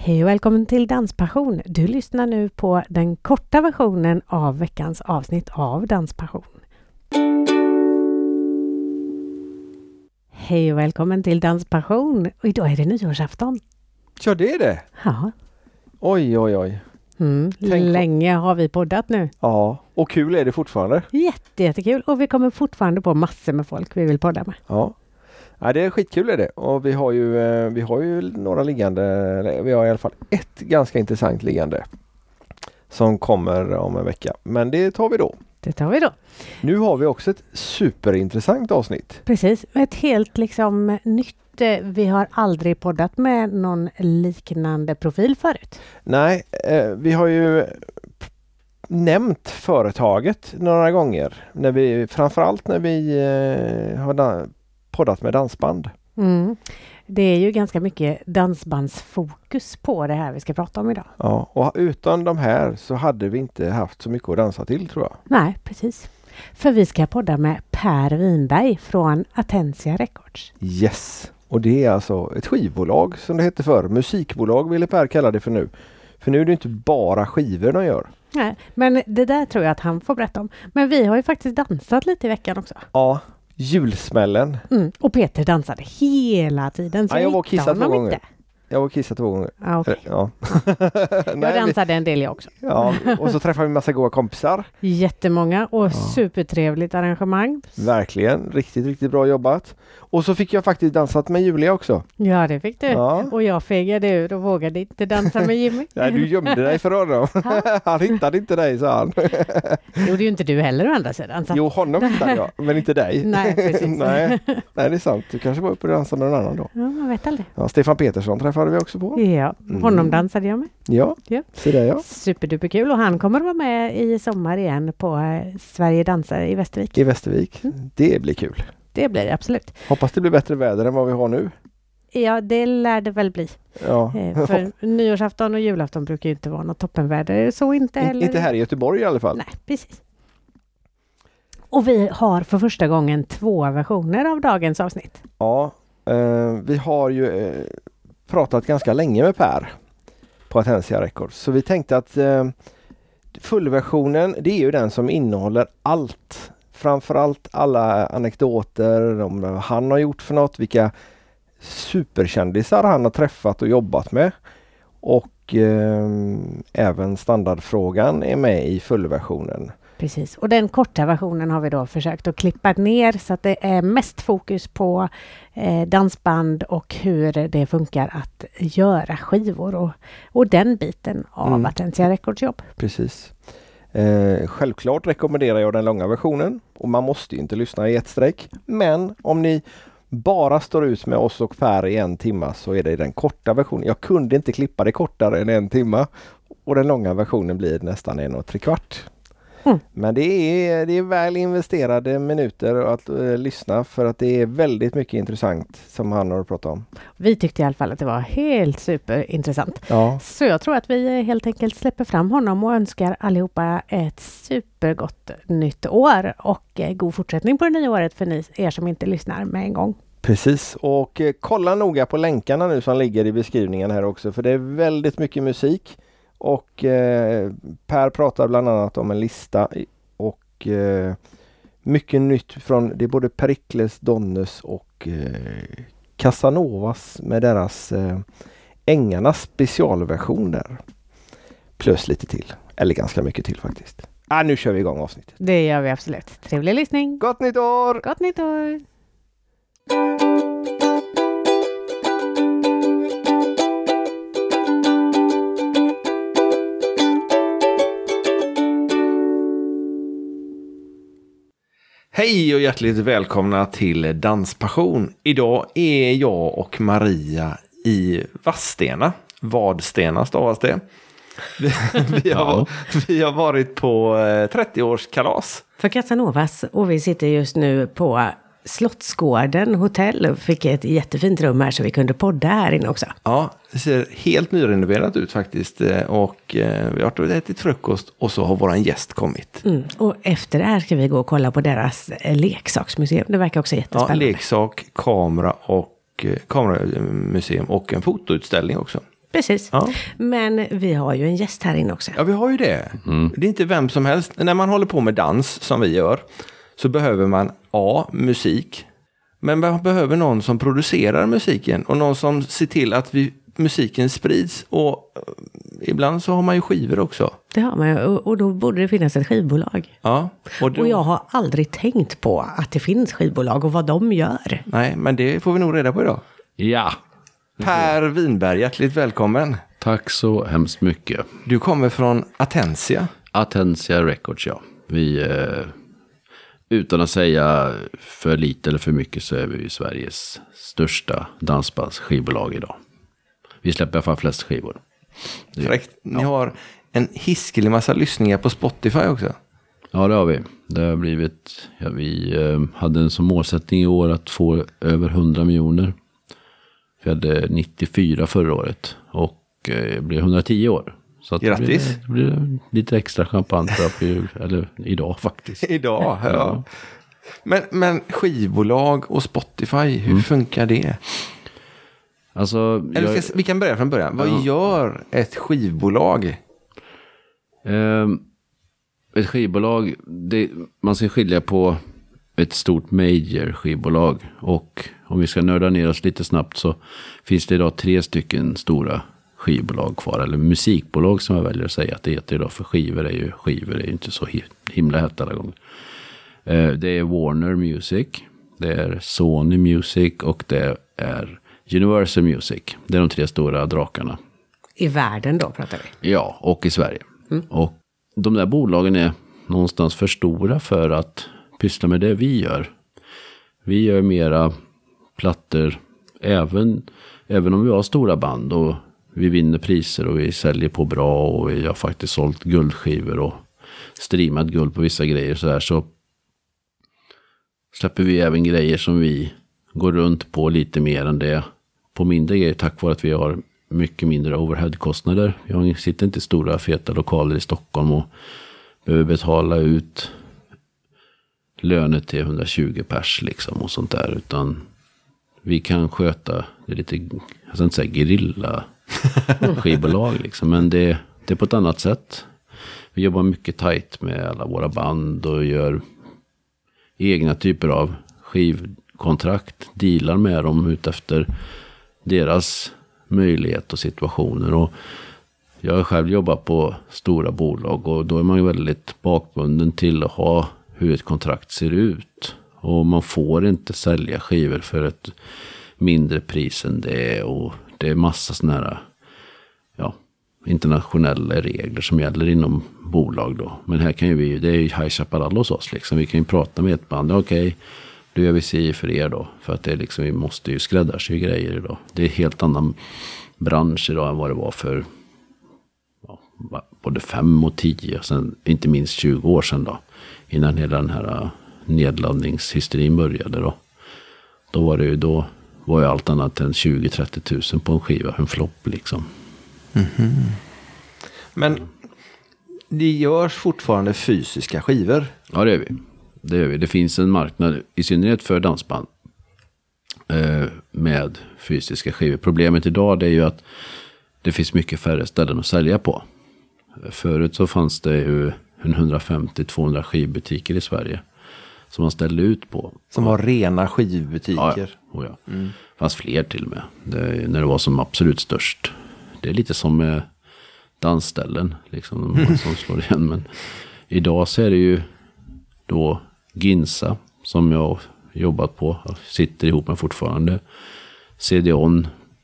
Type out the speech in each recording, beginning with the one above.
Hej och välkommen till Danspassion. Du lyssnar nu på den korta versionen av veckans avsnitt av Danspassion. Hej och välkommen till Danspassion. Och idag är det nyårsafton. Ja, det är det. Ja. Oj, oj, oj. Länge har vi poddat nu. Ja, och kul är det fortfarande. Jättekul. Och vi kommer fortfarande på massor med folk vi vill podda med. Ja. Ja, det är skitkul är det. Och vi har ju några liggande, vi har i alla fall ett ganska intressant liggande som kommer om en vecka. Men det tar vi då. Det tar vi då. Nu har vi också ett superintressant avsnitt. Precis, ett helt nytt. Vi har aldrig poddat med någon liknande profil förut. Nej, vi har ju nämnt företaget några gånger. Framförallt när vi har poddat med dansband. Det är ju ganska mycket dansbandsfokus på det här vi ska prata om idag. Ja, och utan de här så hade vi inte haft så mycket att dansa till, tror jag. Nej, precis. För vi ska podda med Per Winberg från Atensia Records. Yes, och det är alltså ett skivbolag som det hette förr. Musikbolag ville Per kalla det för nu. För nu är det inte bara skivor de gör. Nej, men det där tror jag att han får berätta om. Men vi har ju faktiskt dansat lite i veckan också. Ja, julsmällen. Och Peter dansade hela tiden. Så jag var kissat 2 gånger. Inte. Jag var kissat 2 gånger. Okay. Ja. Jag dansade en del jag också. Ja, och så träffade vi en massa goda kompisar. Jättemånga och supertrevligt arrangemang. Verkligen, riktigt bra jobbat. Och så fick jag faktiskt dansat med Julia också. Ja, det fick du. Ja. Och jag fegade ur och vågade inte dansa med Jimmy. Nej, du gömde dig för honom. Han hittade inte dig, sa han. Det gjorde ju inte du heller å andra sidan. Så. Jo, honom hittade jag, men inte dig. Nej, precis. Nej, det är sant. Du kanske var uppe och dansade med någon annan då. Ja, man vet aldrig. Ja, Stefan Petersson träffade vi också på. Ja, honom dansade jag med. Ja, så det ja. Superduperkul. Och han kommer att vara med i sommar igen på Sverige dansar i Västervik. I Västervik. Det blir kul. Det blir det absolut. Hoppas det blir bättre väder än vad vi har nu. Ja, det lär det väl bli. Ja. För nyårsafton och julafton brukar ju inte vara något toppenväder. Så inte heller. Inte här i Göteborg i alla fall. Nej, precis. Och vi har för första gången 2 versioner av dagens avsnitt. Ja, vi har ju pratat ganska länge med Per på Atensia Records. Så vi tänkte att fullversionen, det är ju den som innehåller allt. Framförallt alla anekdoter om vad han har gjort för något, vilka superkändisar han har träffat och jobbat med. Och även standardfrågan är med i fullversionen. Precis, och den korta versionen har vi då försökt att klippa ner så att det är mest fokus på dansband och hur det funkar att göra skivor och den biten av Atensia Records jobb. Precis. Självklart rekommenderar jag den långa versionen och man måste ju inte lyssna i ett streck. Men om ni bara står ut med oss och Per i 1 timme så är det den korta versionen. Jag kunde inte klippa det kortare än 1 timme och den långa versionen blir nästan 1,75. Men det är väl investerade minuter att lyssna för att det är väldigt mycket intressant som han har pratat om. Vi tyckte i alla fall att det var helt superintressant. Ja. Så jag tror att vi helt enkelt släpper fram honom och önskar allihopa ett supergott nytt år och god fortsättning på det nya året för er som inte lyssnar med en gång. Precis, och kolla noga på länkarna nu som ligger i beskrivningen här också för det är väldigt mycket musik. Och Per pratar bland annat om en lista och mycket nytt från det är både Perikles, Donnes och Casanovas med deras Ängarnas specialversioner. Plus lite till, eller ganska mycket till faktiskt. Nu kör vi igång avsnittet. Det gör vi absolut. Trevlig lyssning! Gott nytt år! Gott nytt år! Hej och hjärtligt välkomna till Danspassion. Idag är jag och Maria i Vadstena. Vadstena stavas det. Vi har varit på 30-årskalas. För Casanovas och vi sitter just nu på Slottsgården hotell och fick ett jättefint rum här så vi kunde podda här inne också. Ja, det ser helt nyrenoverat ut faktiskt och vi har ätit frukost och så har våran gäst kommit. Och efter det här ska vi gå och kolla på deras leksaksmuseum. Det verkar också jättespännande. Ja, leksak, kameramuseum och en fotoutställning också. Precis. Ja. Men vi har ju en gäst här inne också. Ja, vi har ju det. Det är inte vem som helst. När man håller på med dans som vi gör så behöver man musik. Men man behöver någon som producerar musiken och någon som ser till att musiken sprids. Och ibland så har man ju skivor också. Det har man ju, och då borde det finnas ett skivbolag. Ja. Och jag har aldrig tänkt på att det finns skivbolag och vad de gör. Nej, men det får vi nog reda på idag. Ja. Per Winberg, hjärtligt välkommen. Tack så hemskt mycket. Du kommer från Atensia. Atensia Records, ja. Vi, utan att säga för lite eller för mycket, så är vi Sveriges största dansbandsskivbolag idag. Vi släpper i alla fall flest skivor. Fräckt. Ni har en hiskelig massa lyssningar på Spotify också. Ja, det har vi. Det har blivit, vi hade en som målsättning i år att få över 100 miljoner. Vi hade 94 förra året och blev 110 år. Så att grattis! Det blir lite extra champagne eller idag faktiskt. Idag, ja. Men skivbolag och Spotify, hur funkar det? Alltså, vi kan börja från början. Vad gör ett skivbolag? Ett skivbolag, man ska skilja på ett stort major skivbolag, och om vi ska nörda ner oss lite snabbt så finns det idag 3 stycken stora skivbolag kvar, eller musikbolag som jag väljer att säga att det heter idag, för skivor är ju inte så himla hett alla gånger. Det är Warner Music, det är Sony Music och det är Universal Music. Det är de 3 stora drakarna. I världen då pratar vi? Ja, och i Sverige. Och de där bolagen är någonstans för stora för att pyssla med det vi gör. Vi gör mera plattor, även om vi har stora band och vi vinner priser och vi säljer på bra och vi har faktiskt sålt guldskivor och streamat guld på vissa grejer så släpper vi även grejer som vi går runt på lite mer än det på mindre grejer, tack vare att vi har mycket mindre overheadkostnader. Vi sitter inte i stora feta lokaler i Stockholm och behöver betala ut löner till 120 pers liksom och sånt där, utan vi kan sköta det lite, jag ska inte säga gerilla skivbolag liksom, men det är på ett annat sätt. Vi jobbar mycket tajt med alla våra band och gör egna typer av skivkontrakt, dealar med dem ut efter deras möjlighet och situationer. Och jag har själv jobbat på stora bolag och då är man ju väldigt bakbunden till att ha hur ett kontrakt ser ut. Och man får inte sälja skivor för ett mindre pris än det, och det är massa såna här internationella regler som gäller inom bolag då. Men här kan ju det är ju High Chaparral hos oss liksom. Vi kan ju prata med ett band, okej, då gör vi sig för er då. För att det är liksom, vi måste ju skräddarsy grejer idag. Det är helt annan bransch idag än vad det var för både 5 och 10, sen inte minst 20 år sedan då. Innan hela den här nedladdningshysterin började då. Då var ju allt annat än 20-30 tusen på en skiva, en flopp liksom. Mm-hmm. Men det görs fortfarande fysiska skivor? Ja, det gör vi. Det finns en marknad, i synnerhet för dansband, med fysiska skivor. Problemet idag, det är ju att det finns mycket färre ställen att sälja på. Förut så fanns det ju 150-200 skivbutiker i Sverige som man ställde ut på. Som var rena skivbutiker? Ja. Det fanns fler till och med. När det var som absolut störst. Det är lite som med dansställen liksom, som slår igen. Men idag så är det ju då Ginsa som jag jobbat på, sitter ihop med fortfarande. CD-ON,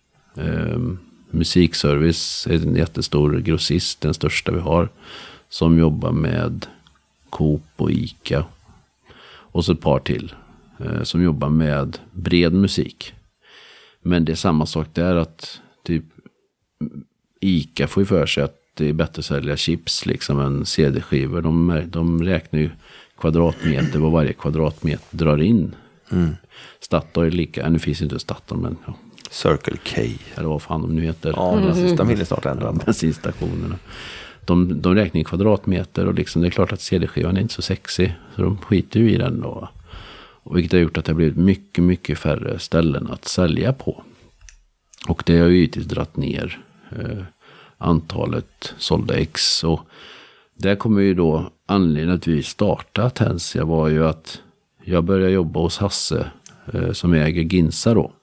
Musikservice är en jättestor grossist, den största vi har, som jobbar med Coop och Ica. Och så ett par till som jobbar med bred musik. Men det är samma sak där, att typ Ica får ju för sig att det är bättre att sälja chips liksom än CD-skivor. De räknar ju kvadratmeter, vad varje kvadratmeter drar in. Statoil nu finns inte Statoil, men ja. Circle K. Eller vad fan de nu heter. Ja, de hinner snart ändra. Bensinstationerna. De räknar i kvadratmeter och liksom, det är klart att CD-skivan är inte så sexy. Så de skiter ju i den då. Och vilket har gjort att det har blivit mycket, mycket färre ställen att sälja på. Och det har ju givetvis dratt ner Antalet sålda ex. Och där kommer ju då anledningen att vi startade Atensia var ju att jag började jobba hos Hasse som äger Ginsa då.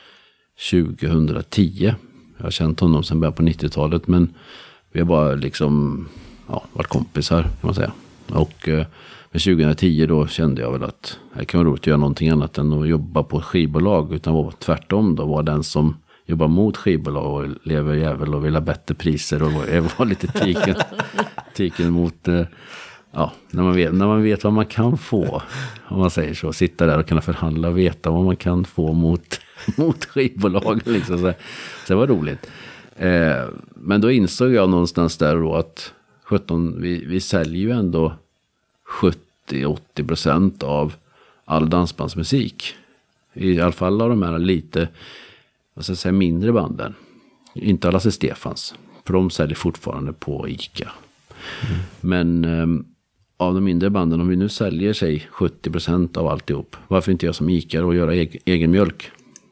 2010. Jag har känt honom sedan början på 90-talet, men vi har bara liksom varit kompisar kan man säga. Och med 2010 då kände jag väl att det kan vara roligt att göra någonting annat än att jobba på ett skivbolag, utan var tvärtom då, var den som jobbar mot skivbolag och lever jävel och vill ha bättre priser och var lite tiken mot när man vet vad man kan få, om man säger så, sitta där och kunna förhandla och veta vad man kan få mot skivbolag liksom. Så det var roligt. Men då insåg jag någonstans där då att vi säljer ju ändå 70-80% av all dansbandsmusik. I alla fall av de här lite, vad ska jag säga, mindre banden. Inte alla Stefans, för de säljer fortfarande på ICA. Men av de mindre banden, om vi nu säljer sig 70% av alltihop, varför inte jag som ICA och göra egen mjölk?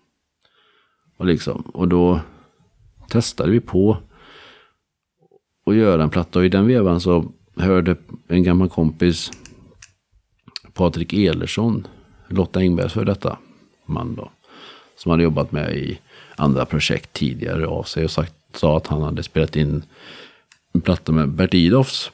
Och då testade vi på att göra en platta, och i den vevan så hörde en gammal kompis, Patrik Elersson, Lotta Engbergs för detta man då, som hade jobbat med i andra projekt tidigare av sig, och sa att han hade spelat in en platta med Bert Idolfs.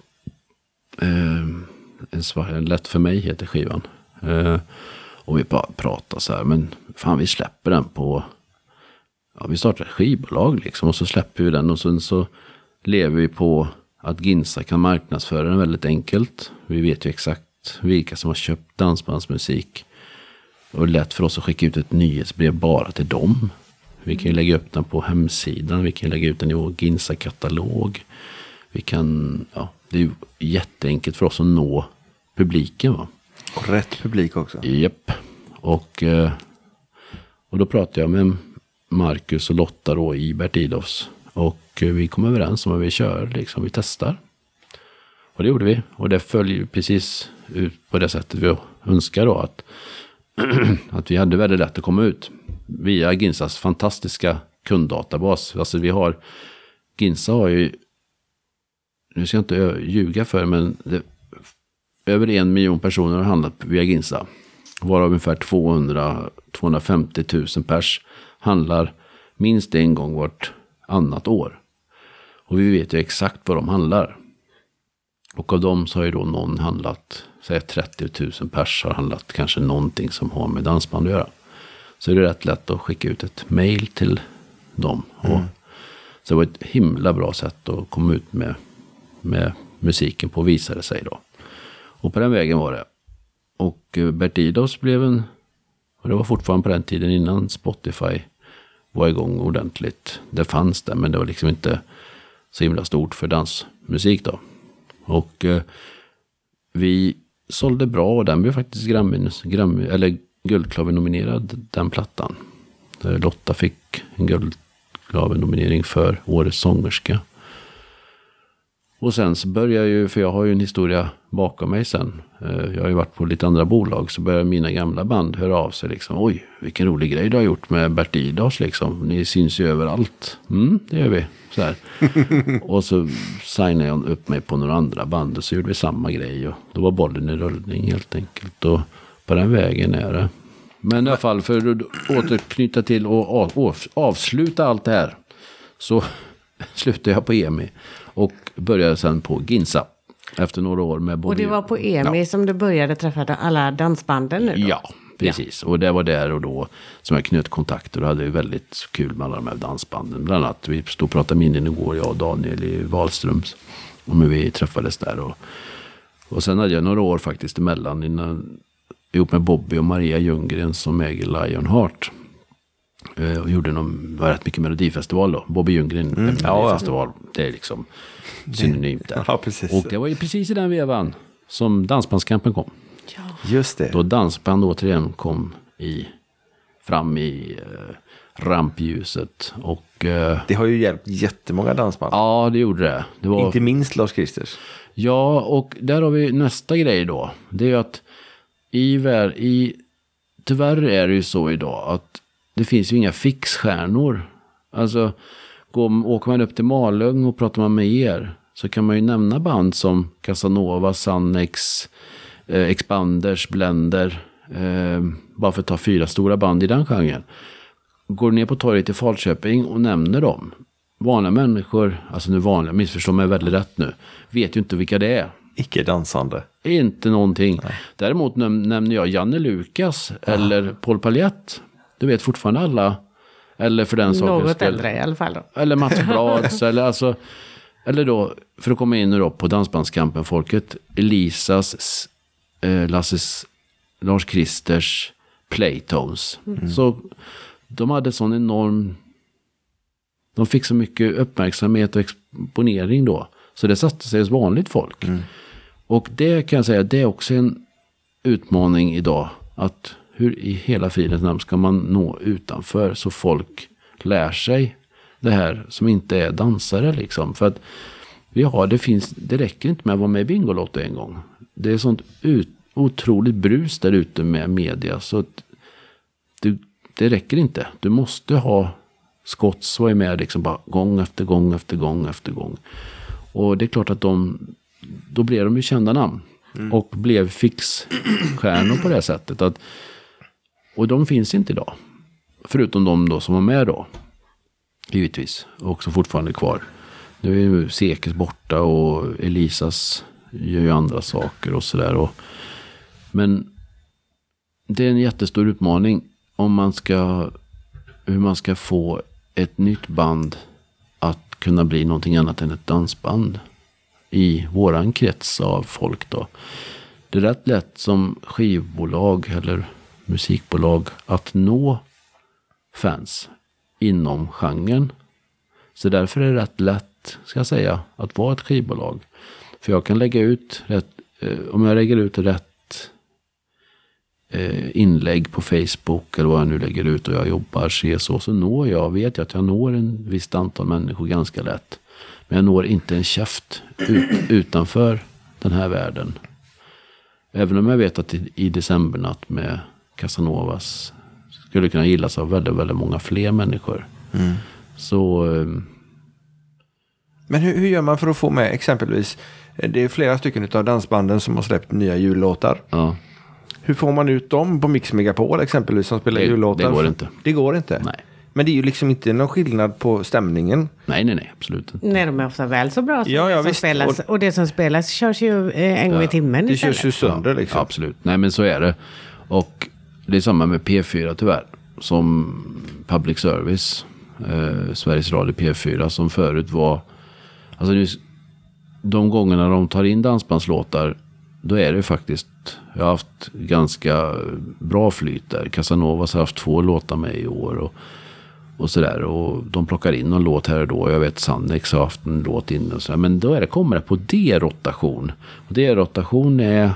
En lätt för mig heter skivan. Och vi bara pratade så här, men fan, vi släpper den på, vi startar ett skivbolag liksom, och så släpper vi den, och sen så lever vi på att Ginsa kan marknadsföra den väldigt enkelt. Vi vet ju exakt vilka som har köpt dansbandsmusik, och det är lätt för oss att skicka ut ett nyhetsbrev bara till dem. Vi kan ju lägga upp den på hemsidan, vi kan lägga ut den i vår Ginsa-katalog. Vi kan, det är ju jätteenkelt för oss att nå publiken, va? Och rätt publik också. Japp. Och då pratade jag med Marcus och Lotta då i Bert Idolfs. Och vi kom överens om att vi kör, liksom, vi testar. Och det gjorde vi. Och det följer precis ut på det sättet vi önskar då, att vi hade väldigt lätt att komma ut via Ginsas fantastiska kunddatabas. Alltså Ginsa har ju, nu ska jag inte ljuga för, men över 1 miljon personer har handlat via Ginsa. Varav ungefär 200-250 000 pers handlar minst en gång vart annat år. Och vi vet ju exakt vad de handlar. Och av dem så har ju då någon handlat, säg 30 000 pers har handlat kanske någonting som har med dansband att göra. Så är det rätt lätt att skicka ut ett mejl till dem. Och så det var ett himla bra sätt att komma ut med musiken på, visade sig då. Och på den vägen var det. Och Bert Idolfs blev och det var fortfarande på den tiden innan Spotify var igång ordentligt. Det fanns det, men det var liksom inte så himla stort för dansmusik då. Och vi sålde bra, och den blev faktiskt Guldklaven-nominerad, den plattan. Där Lotta fick en Guldklaven-nominering för Årets sångerska. Och sen så började jag för jag har ju en historia bakom mig sen. Jag har ju varit på lite andra bolag, så började mina gamla band höra av sig liksom. Oj, vilken rolig grej du har gjort med Bert Idolfs liksom. Ni syns ju överallt. Det gör vi. Så här. Och så signade jag upp mig på några andra band, och så gjorde vi samma grej. Och då var bollen i rullning helt enkelt. Och på den vägen är det. Men i alla fall, för att återknyta till och avsluta allt det här, så slutade jag på EMI och började sen på Ginsa efter några år med både. Och det var på EMI som du började träffa alla dansbanden nu då? Ja, precis. Ja. Och det var där och då som jag knöt kontakter och hade väldigt kul med alla de här dansbanden. Bland annat, vi stod och pratade minnen igår, jag och Daniel i Wahlströms, om hur vi träffades där. Och sen hade jag några år faktiskt emellan ihop med Bobby och Maria Ljunggren som äger Lionheart. Och gjorde var rätt mycket Melodifestival då. Bobby Ljunggren Melodifestival. Ja. Det är liksom synonymt där. Ja, precis. Och det var ju precis i den vevan som Dansbandskampen kom. Ja. Just det. Då dansband återigen kom fram i rampljuset. Och det har ju hjälpt jättemånga dansband. Ja, det gjorde det. Inte minst Lars Kristers. Ja, och där har vi nästa grej då. Det är ju att tyvärr är det ju så idag att det finns ju inga fixstjärnor. Alltså, åker man upp till Malung och pratar man med er, så kan man ju nämna band som Casanova, Sannex, Expanders, Blender, bara för att ta 4 stora band i den genren. Går ner på torget i Falköping och nämner dem. Vanliga människor, alltså nu vanliga, missförstår mig väldigt rätt nu, vet ju inte vilka det är. Icke dansande. Inte någonting. Nej. Däremot nämner jag Janne Lukas eller Paul Paljett. Du vet fortfarande alla. Eller för den saken. Något äldre i alla fall då. Eller Mats Blads. eller då, för att komma in nu då på Dansbandskampen folket. Elisas, Lasses, Lars Kristers, Playtones. Så de hade sån enorm... De fick så mycket uppmärksamhet och exponering då. Så det satte sig hos vanligt folk. Och det kan jag säga, det är också en utmaning idag. Att hur i hela fridens namn ska man nå utanför så folk lär sig det här som inte är dansare liksom. För att det räcker inte med att vara med i Bingolotto en gång. Det är sånt otroligt brus där ute med media. Så att det räcker inte. Du måste ha skott så är med liksom bara gång efter gång efter gång efter gång. Och det är klart att då blev de ju kända namn. Och blev fixstjärnor på det sättet. Och de finns inte idag. Förutom de då som var med då. Givetvis. Och som fortfarande är kvar. Nu är ju Sekes borta och Elisas gör ju andra saker och sådär. Men det är en jättestor utmaning hur man ska få ett nytt band att kunna bli någonting annat än ett dansband i våran krets av folk då. Det är rätt lätt som skivbolag eller musikbolag att nå fans inom genren. Så därför är det rätt lätt, ska jag säga, att vara ett skivbolag. För jag kan lägga ut om jag lägger ut rätt inlägg på Facebook eller vad jag nu lägger ut och jag jobbar så vet jag att jag når en visst antal människor ganska lätt. Men jag når inte en käft utanför den här världen. Även om jag vet att i decembernatt med Casanovas skulle kunna gillas av väldigt, väldigt många fler människor. Så... Men hur gör man för att få med exempelvis, det är flera stycken av dansbanden som har släppt nya jullåtar. Ja. Hur får man ut dem på Mix Megapol exempelvis som spelar jullåtar? Det går inte. Det går inte? Nej. Men det är ju liksom inte någon skillnad på stämningen. Nej, absolut inte. Nej, de är ofta väl så bra som Ja, det som visst. spelas. Och det som spelas körs ju en gång i timmen Det istället. körs ju sönder liksom. Ja, absolut. Nej, men så är det. Och det är samma med P4 tyvärr. Som public service. Sveriges Radio P4 som förut var... Alltså nu, de gångerna de tar in dansbandslåtar, då är det faktiskt... Jag har haft ganska bra flyt där. Casanovas har haft 2 låtar med i år och sådär. Och de plockar in någon låt här och då. Jag vet Sannex har haft en låt inne och sådär. Men då kommer det på D-rotation. Och D-rotation är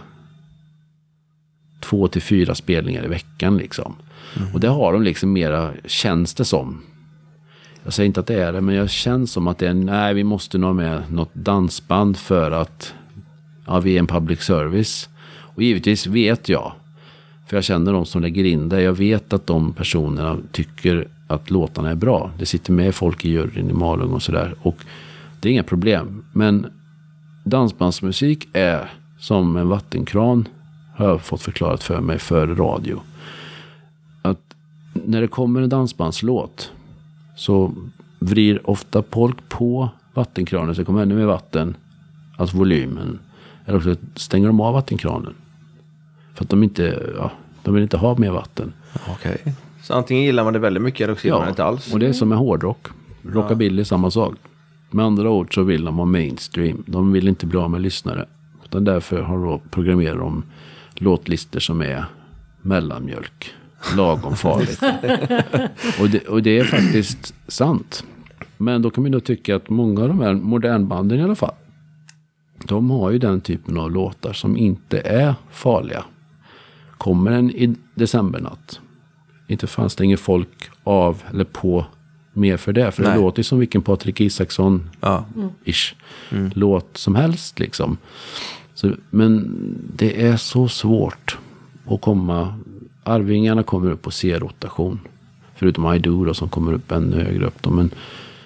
2 till 4 spelningar i veckan liksom. Och det har de liksom mera, känns det som. Jag säger inte att det är det, men jag känns som att det är, vi måste nå med något dansband för att vi är en public service. Och givetvis vet jag, för jag känner de som lägger in det, jag vet att de personerna tycker att låtarna är bra. Det sitter med folk i juryn i Malung och sådär. Och det är inga problem. Men dansbandsmusik är som en vattenkran, har jag fått förklarat för mig för radio. Att när det kommer en dansbandslåt så vrir ofta folk på vattenkranen så det kommer ännu mer vatten, alltså volymen. Eller också stänger de av vattenkranen. För att de vill inte ha mer vatten. Okej. Så antingen gillar man det väldigt mycket eller också gillar man det inte alls. Och det är som med hårdrock. Rockabilly är samma sak. Med andra ord så vill de ha mainstream. De vill inte bli av med lyssnare. Utan därför har de programmerat de låtlistor som är mellanmjölk. Lagom farligt. och det är faktiskt sant. Men då kan man då tycka att många av de här modernbanden i alla fall, de har ju den typen av låtar som inte är farliga. Kommer en i decembernatt, inte fanns det ingen folk av eller på mer för det. För det låter ju som vilken Patrik Isaksson-ish låt som helst liksom. Så, men det är så svårt att komma. Arvingarna kommer upp på C-rotation. Förutom I Do då, som kommer upp ännu högre upp då. Men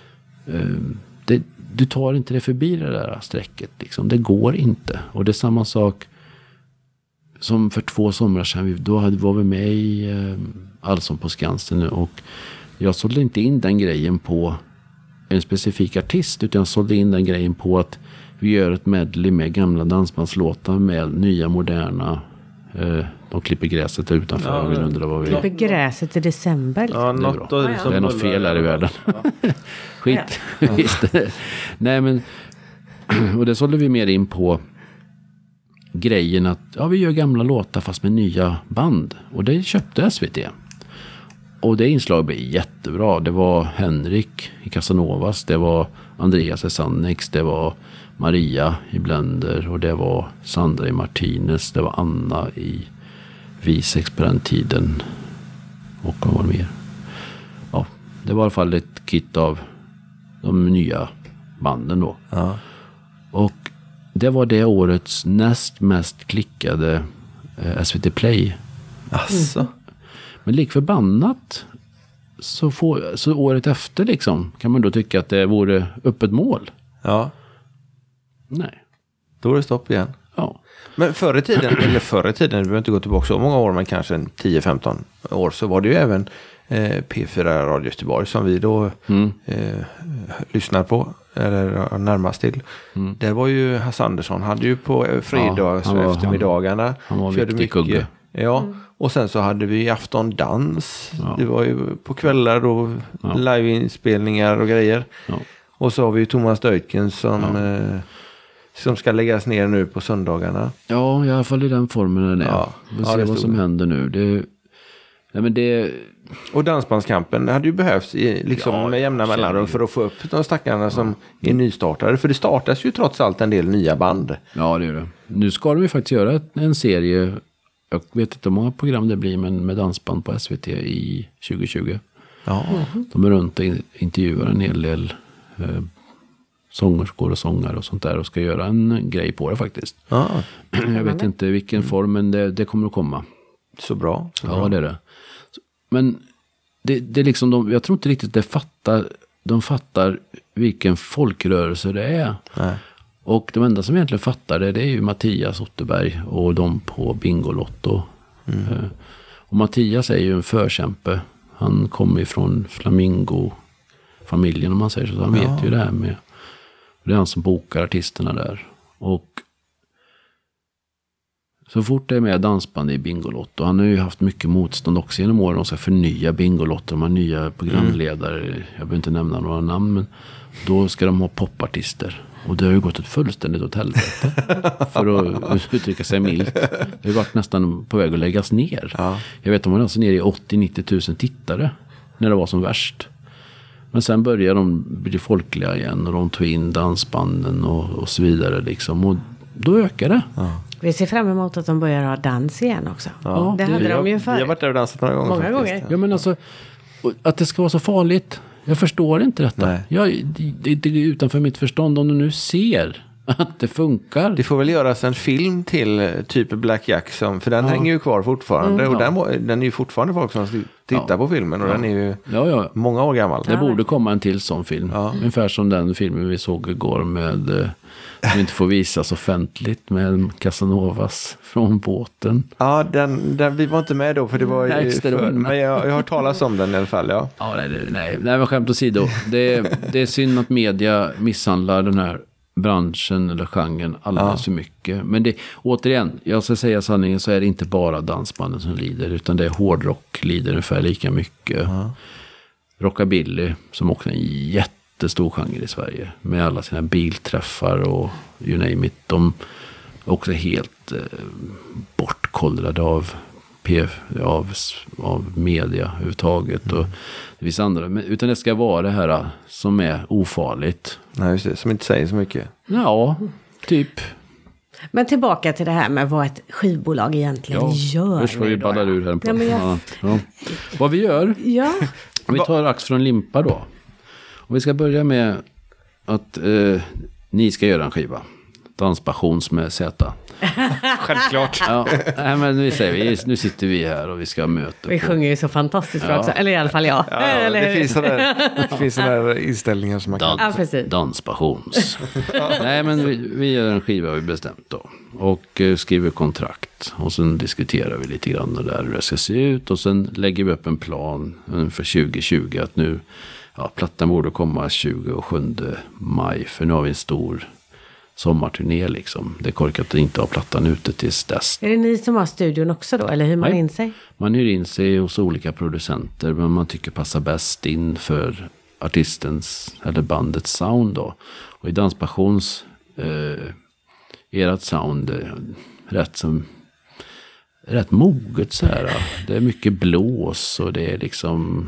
Du tar inte det förbi det där strecket. Liksom. Det går inte. Och det är samma sak som för 2 somrar sedan. Då var vi med i Allsång på Skansen nu. Och jag sålde inte in den grejen på en specifik artist. Utan jag sålde in den grejen på att vi gör ett medley med gamla dansbandslåtar med nya moderna. De klipper gräset utanför. Ja, vi undrar vad vi... Klipper gräset i december. Ja, Det är något fel här i världen. Ja. Skit. Visst. Nej, men och det sålde vi mer in på grejen att vi gör gamla låtar fast med nya band. Och det köpte SVT. Och det inslaget blev jättebra. Det var Henrik i Casanovas. Det var Andreas i Sannex. Det var Maria i Blender. Och det var Sandra i Martinez. Det var Anna i Visex på den tiden. Och vad var det mer? Ja, det var i alla fall ett kit av de nya banden då. Ja. Och det var det årets näst mest klickade SVT Play. Asså. Men lik förbannat så året efter liksom kan man då tycka att det vore öppet mål. Ja. Nej. Då är det stopp igen. Ja. Men förr i tiden, vi behöver inte gå tillbaka så många år, men kanske 10-15 år, så var det ju även P4 Radio Göteborg som vi då lyssnar på, eller närmast till. Det var ju Hasse Andersson, hade ju på fredags och eftermiddagarna. Han var körde viktig kugge. Ja, och sen så hade vi Afton Dans. Ja. Det var ju på kvällar och liveinspelningar och grejer. Ja. Och så har vi ju Thomas Deutgen som ska läggas ner nu på söndagarna. Ja, i alla fall i den formen den är. Ja. Vi ser vad som händer nu. Och Dansbandskampen hade ju behövts med jämna mellanrum för att få upp de stackarna som är nystartade. För det startas ju trots allt en del nya band. Ja, det är det. Nu ska de ju faktiskt göra en serie. Jag vet inte hur många program det blir, men med dansband på SVT i 2020. Ja. De är runt och intervjuar en hel del sångerskor och sångare och sånt där och ska göra en grej på det faktiskt. Ja. Jag vet inte vilken form, men det kommer att komma. Så bra. Ja, det är det. Men det är liksom jag tror inte riktigt de fattar vilken folkrörelse det är. Nej. Och de enda som egentligen fattar det är ju Mattias Otterberg och de på Bingolotto. Och Mattias är ju en förkämpe. Han kommer ju från Flamingo-familjen om man säger så. Han vet ju det här med. Det är han som bokar artisterna där. Och så fort det är med dansband i Bingolotto. Han har ju haft mycket motstånd också genom åren. De ska förnya Bingolotto. De har nya programledare. Jag behöver inte nämna några namn. Men då ska de ha popartister. Och det har ju gått ett fullständigt åt helvete. För att uttrycka sig milt. Det har ju varit nästan på väg att läggas ner. Ja. Jag vet att de var alltså nere i 80-90 000 tittare. När det var som värst. Men sen började de bli folkliga igen. Och de tog in dansbanden och så vidare liksom. Och då ökar det. Ja. Vi ser fram emot att de börjar ha dans igen också. Ja. Det hade de ju förr. Vi har varit där och dansat några gånger. Många gånger. Ja, men alltså, att det ska vara så farligt. Jag förstår inte detta. Det är utanför mitt förstånd. Om du nu ser att det funkar. Det får väl göras en film till typ Black Jack. För den hänger ju kvar fortfarande. Och den är ju fortfarande folk som tittar på filmen. Och den är ju många år gammal. Det borde komma en till sån film. Ungefär som den filmen vi såg igår med... som inte får visas offentligt med Casanovas från båten. Ja, den vi var inte med då för det var ju men jag har hört talas om den i alla fall, ja. Ja, nej, men skämt åsido. Det är synd att media misshandlar den här branschen eller genren alldeles för mycket. Men återigen, jag ska säga sanningen, så är det inte bara dansbanden som lider, utan det är hårdrock lider ungefär lika mycket. Rockabilly, som också är en jättestor genre i Sverige, med alla sina bilträffar och you name it. De är också helt bortkollrade av media överhuvudtaget. Och det finns andra, men utan det ska vara det här som är ofarligt. Nej, just det, som inte säger så mycket. Ja, typ. Men tillbaka till det här med vad ett skivbolag egentligen gör. Först får vi ballar ur här. Vad vi gör. Ja. Vi tar ax från limpa då. Och vi ska börja med att ni ska göra en skiva. Danspassions med Z. Självklart. Ja, nej, men nu sitter vi här och vi ska ha möte. Vi sjunger ju så fantastiskt bra också. Eller i alla fall jag. Ja, Eller det hur? finns sådana här inställningar som man kan... Ja, precis. Danspassions. Nej, men vi gör en skiva har vi bestämt då. Och skriver kontrakt. Och sen diskuterar vi lite grann där hur det ska se ut. Och sen lägger vi upp en plan för 2020 att nu, plattan borde komma 27 maj. För nu har vi en stor sommarturné liksom. Det är korkat att inte ha plattan ute tills dess. Är det ni som har studion också då? Eller hur man in sig? Man hyr in sig hos olika producenter. Men man tycker passar bäst in för artistens eller bandets sound då. Och i Danspassions ert sound rätt moget så här. Det är mycket blås och det är liksom...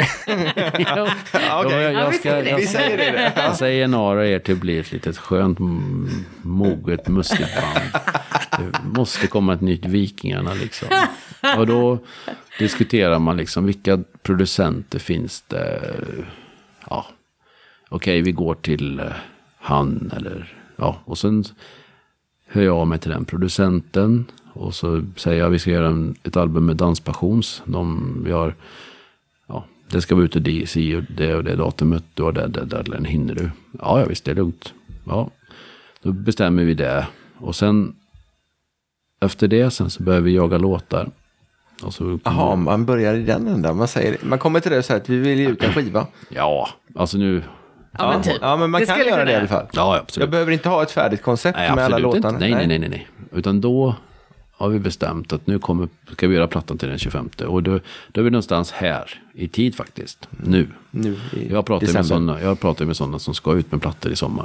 Jag säger några er till att bli ett litet skönt moget mustigt band. Det måste komma ett nytt Vikingarna liksom. Och då diskuterar man liksom vilka producenter finns det. Ja, okej, vi går till han eller och sen hör jag mig till den producenten och så säger jag vi ska göra ett album med Danspassions. Vi har det ska vara ute det och det datumet. Du har det hinner du. Ja, visst, det är lugnt. Ja, då bestämmer vi det. Och sen efter det så börjar vi jaga låtar. Jaha, man börjar i den ändan. Man kommer till det och säger att vi vill ge ut en skiva. Ja, alltså nu... Ja, men typ. Ja, men man kan göra det i alla fall. Ja, absolut. Jag behöver inte ha ett färdigt koncept med alla låtarna. Nej. Utan då har vi bestämt att nu ska vi göra plattan till den 25. Och då är vi någonstans här i tid faktiskt. Nu jag pratar med sådana som ska ut med plattor i sommar.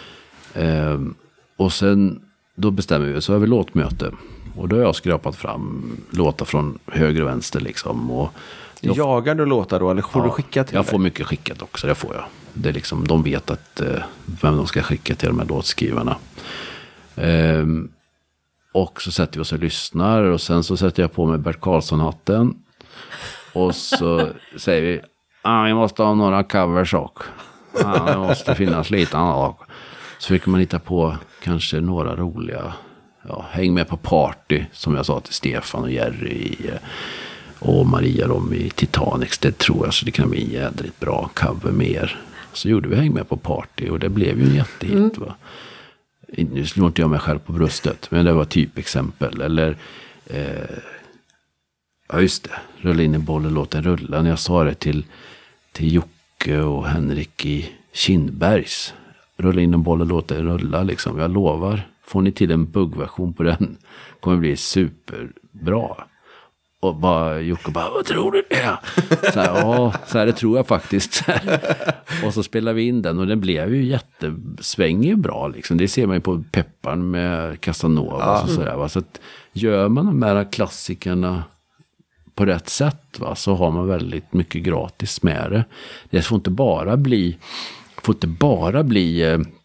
Och sen då bestämmer vi, så har vi låtmöte. Och då har jag skrapat fram låtar från höger och vänster liksom. Och jagar du låtar då eller får du skicka till jag får mycket skickat också, det får jag. Det är liksom, de vet att vem de ska skicka till de här låtskrivarna. Och så sätter vi oss och lyssnar. Och sen så sätter jag på mig Bert Karlsson-hatten. Och så säger vi, vi måste ha några covers och. Det måste finnas lite annat. Så fick man hitta på kanske några roliga. Häng med på party, som jag sa till Stefan och Jerry och Maria dem i Titanics. Det tror jag, så det kan bli en jädrigt bra cover mer. Så gjorde vi Häng med på party och det blev ju en jättehit va. Nu slår inte jag mig själv på bröstet, men det var typexempel. Eller just det, Rulla in i bollen, låt den rulla. När jag sa det till Jocke och Henrik i Kindbergs, Rulla in i bollen, låt den rulla liksom. Jag lovar, får ni till en buggversion på den kommer det bli superbra. Och Jocke bara, vad tror du det? Så här, det tror jag faktiskt. Och så spelade vi in den och den blev ju jättesvängig bra liksom. Det ser man ju på Pepparn med Casanova och sådär. Så att gör man de här klassikerna på rätt sätt så har man väldigt mycket gratis med det. Det får inte bara bli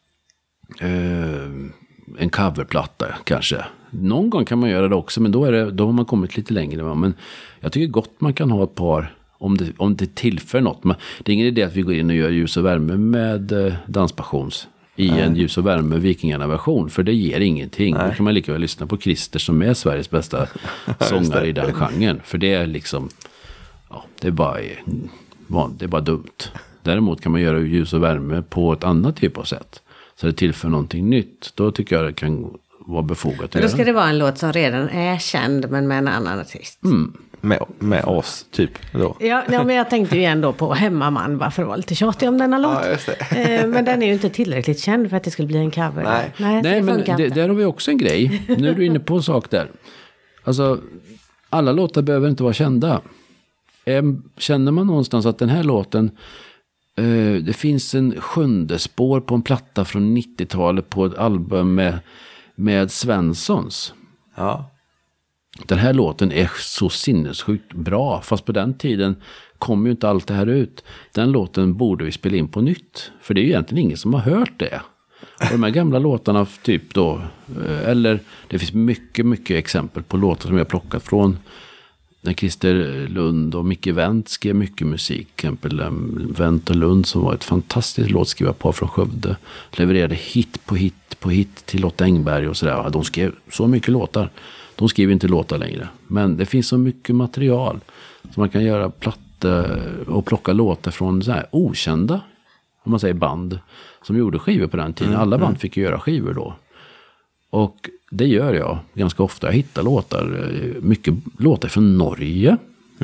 en coverplatta kanske. Någon gång kan man göra det också, men då har man kommit lite längre. Men jag tycker gott man kan ha ett par om det tillför något. Men det är ingen idé att vi går in och gör ljus och värme med Danspassions i en ljus och värme Vikingarna-version, för det ger ingenting. Då kan man lika väl lyssna på Christer som är Sveriges bästa sångare i den genren. För det är liksom det är bara dumt. Däremot kan man göra ljus och värme på ett annat typ av sätt. Så det tillför någonting nytt. Då tycker jag det kan vara befogat. Men då ska det vara en låt som redan är känd, men med en annan artist. Med oss, typ. Då. Ja, men jag tänkte ju ändå på Hemmaman, bara för att vara lite tjatig om denna låt. Ja, just det. Men den är ju inte tillräckligt känd för att det skulle bli en cover. Nej, men där har vi också en grej. Nu är du inne på en sak där. Alltså, alla låtar behöver inte vara kända. Känner man någonstans att den här låten... det finns en sjunde spår på en platta från 90-talet på ett album med Svenssons. Ja. Den här låten är så sinnessjukt bra. Fast på den tiden kom ju inte allt det här ut. Den låten borde vi spela in på nytt. För det är ju egentligen ingen som har hört det. Och de här gamla låtarna typ då. Eller det finns mycket, mycket exempel på låtar som jag plockat från när Christer Lund och Micke Wendt skrev mycket musik. Till exempel Wendt och Lund som var ett fantastiskt låtskrivarpar från Skövde. Levererade hit på hit till Lotta Engberg och sådär. De skrev så mycket låtar. De skriver inte låtar längre. Men det finns så mycket material som man kan göra plattor och plocka låtar från så här okända, om man säger band, som gjorde skivor på den tiden. Alla band fick ju göra skivor då. Och det gör jag ganska ofta. Jag hittar låtar, mycket låtar från Norge.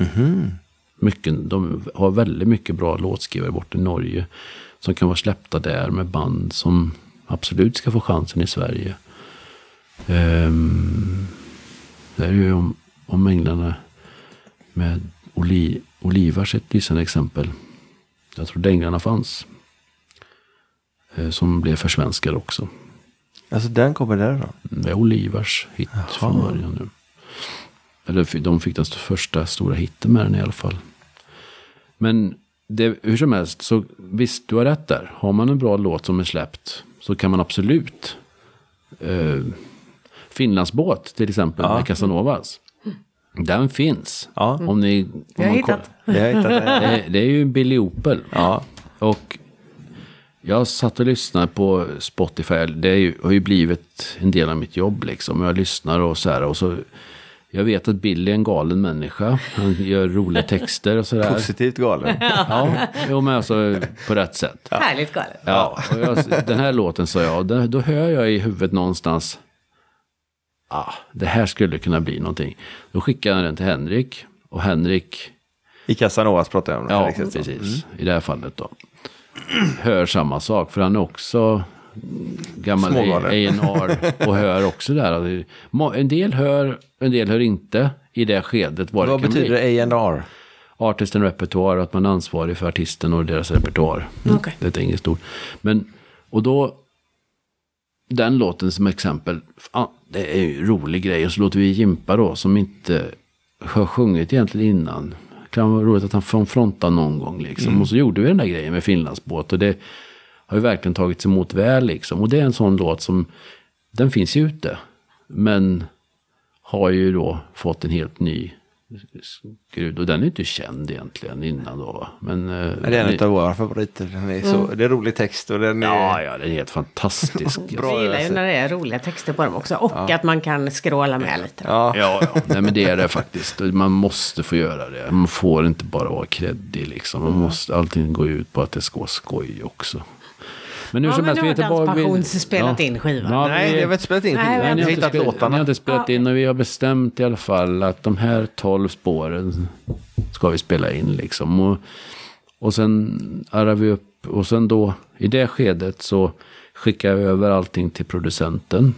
De har väldigt mycket bra låtskrivare bort i Norge som kan vara släppta där med band som absolut ska få chansen i Sverige. Det är ju om Änglarna med Olivars ett lysande exempel. Jag tror Änglarna fanns. Som blev försvenskad också. Alltså den kommer där då? Det är Olivars hit från början nu. Eller de fick den första stora hitten med den i alla fall. Men hur som helst, så visst, du har rätt där. Har man en bra låt som är släppt så kan man absolut Finlandsbåt till exempel med Casanovas. Den finns. Om ni, Jag har hittat. Det är ju Billy Opel. Och jag satt och lyssnade på Spotify. Det har ju blivit en del av mitt jobb liksom. Jag lyssnar och så här, och så jag vet att Billy är en galen människa. Han gör roliga texter och sådär. Positivt galen. Men alltså på rätt sätt. Härligt galen. Ja, och den här låten sa jag. Då hör jag i huvudet någonstans. Det här skulle kunna bli någonting. Då skickar jag den till Henrik. Och Henrik... I Casanovas pratar jag om det. Ja, precis. I det här fallet då. Hör samma sak. För han är också gammal A&R och hör också där. En del hör inte i det skedet. Vad betyder A&R? Artist and repertoire, att man är ansvarig för artisten och deras repertoar. Okay. Det är ett engelskt ord. Och då, den låten som exempel, det är ju en rolig grej. Och så låter vi Jimpa då, som inte har sjungit egentligen innan. Det kan vara roligt att han får fronta någon gång liksom. Och så gjorde vi den där grejen med Finlandsbåt. Och det har ju verkligen tagits emot väl liksom. Och det är en sån låt som, den finns ju ute. Men har ju då fått en helt ny skrud. Och den är inte känd egentligen innan då, va? Men det är en av våra favoriter. Den är så, det är rolig text och den är... Ja, det är helt fantastisk. Jag gillar ju när det är roliga texter på dem också. Och att man kan scrolla med lite. Ja. Nej, men det är det faktiskt. Man måste få göra det. Man får inte bara vara kreddig liksom. Man måste alltid gå ut på att det ska vara skoj också. Men nu som helst, vi har Danspassions spelat in skivan. Ja, nej, det har inte spelat in skivan. Ni har inte spelat in, och vi har bestämt i alla fall att de här 12 spåren ska vi spela in liksom. Och sen arrar vi upp, och sen då i det skedet så skickar vi över allting till producenten.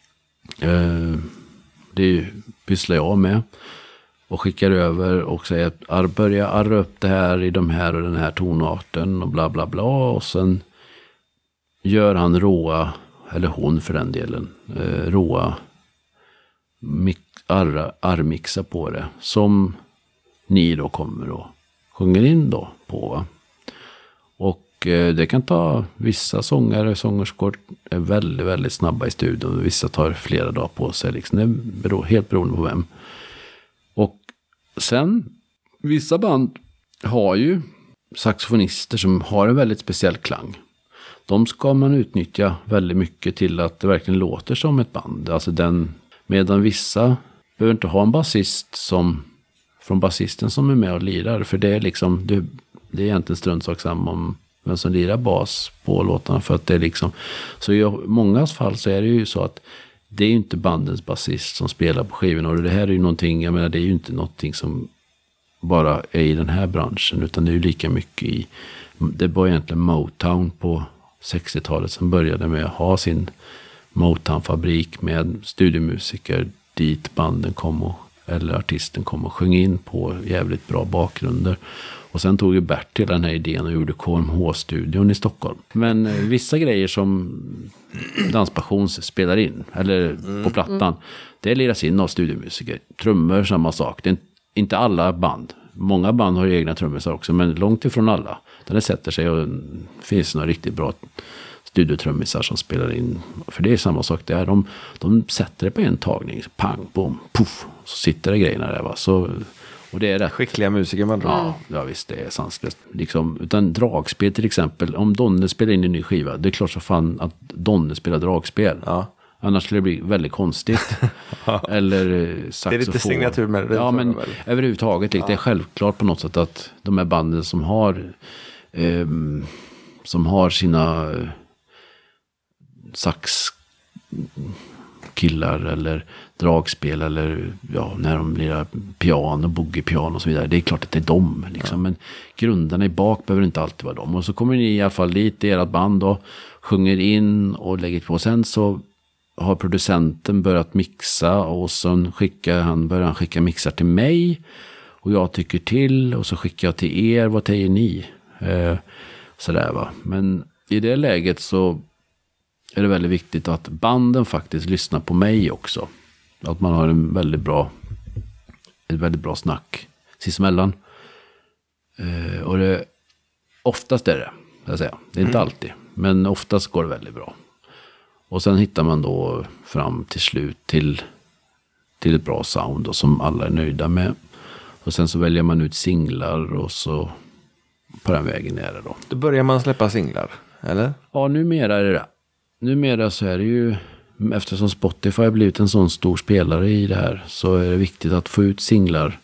Det pysslar jag med. Och skickar över och säger att börja arra upp det här i de här och den här tonarten och bla bla bla. Och sen gör han råa, eller hon för den delen, råa armixa på det. Som ni då kommer och sjunger in då på, va? Och det kan ta, vissa sångerskor är väldigt, väldigt snabba i studion. Vissa tar flera dagar på sig. Liksom. Det är helt beroende på vem. Och sen, vissa band har ju saxofonister som har en väldigt speciell klang. De ska man utnyttja väldigt mycket till att det verkligen låter som ett band. Alltså medan vissa behöver inte ha en basist från basisten som är med och lirar. För det är liksom, det är egentligen struntsak samma om vem som lirar bas på låtarna. För att det är liksom, så i många fall så är det ju så att det är ju inte bandens basist som spelar på skivan. Och det här är ju någonting, jag menar, det är ju inte någonting som bara är i den här branschen. Utan det är ju lika mycket det var egentligen Motown på 60-talet som började med att ha sin Motown-fabrik med studiomusiker dit banden kom eller artisten kom och sjöng in på jävligt bra bakgrunder. Och sen tog ju Bert till den här idén och gjorde KMH-studion i Stockholm. Men vissa grejer som Danspassions spelar in, eller på plattan, det liras in av studiomusiker. Trummor, samma sak. Det är inte alla band. Många band har egna trummisar också, men långt ifrån alla. Det sätter sig och finns några riktigt bra studiotrummisar som spelar in. För det är samma sak där. De sätter det på en tagning. Pang, bom, puff. Så sitter det grejerna där, va. Så, Och det är rätt. Skickliga musiker man tror. Ja, visst, det är sanslöst. Liksom, utan dragspel till exempel. Om Donne spelar in en ny skiva, det är klart så fan att Donne spelar dragspel. Ja. Annars skulle det bli väldigt konstigt. Eller saxofon. Det är lite signatur med det. Ja, men överhuvudtaget. Det är självklart på något sätt att de här banden som har sina saxkillar eller dragspel eller när de blir piano, boogie-piano och så vidare. Det är klart att det är dem. Liksom. Men grundarna i bak behöver inte alltid vara dem. Och så kommer ni i alla fall dit i ert band och sjunger in och lägger på. Sen så har producenten börjat mixa och sen börjar han skicka mixar till mig och jag tycker till och så skickar jag till er, vad säger ni? Sådär va. Men i det läget så är det väldigt viktigt att banden faktiskt lyssnar på mig också. Att man har ett väldigt bra snack sinsemellan. Och det oftast är det, jag säga. Det är inte alltid, men oftast går det väldigt bra. Och sen hittar man då fram till slut till ett bra sound då, som alla är nöjda med. Och sen så väljer man ut singlar och så på den vägen är det då. Då börjar man släppa singlar, eller? Ja, numera är det. Numera så är det ju, eftersom Spotify har blivit en sån stor spelare i det här, så är det viktigt att få ut singlar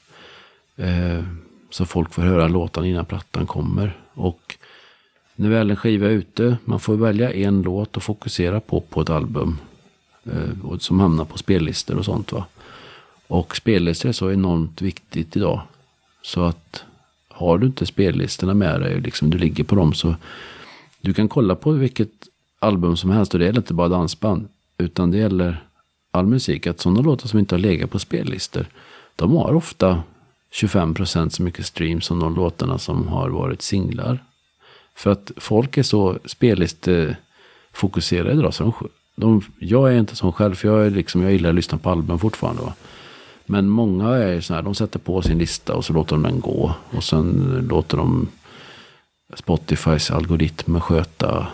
så folk får höra låtarna innan plattan kommer. Och när väl en skiva är ute, man får välja en låt och fokusera på ett album som hamnar på spellistor och sånt va. Och spellistor är så enormt viktigt idag. Så att har du inte spellistorna med dig, liksom du ligger på dem, så du kan kolla på vilket album som helst, och det är inte bara dansband, utan det gäller all musik, att sådana låtar som inte har legat på spellistor, de har ofta 25% så mycket streams som de låtarna som har varit singlar. För att folk är så spellistefokuserade idag, så jag är inte sån själv, för jag gillar att lyssna på album fortfarande va. Men många är så här, de sätter på sin lista och så låter de den gå. Och sen låter de Spotifys algoritmer sköta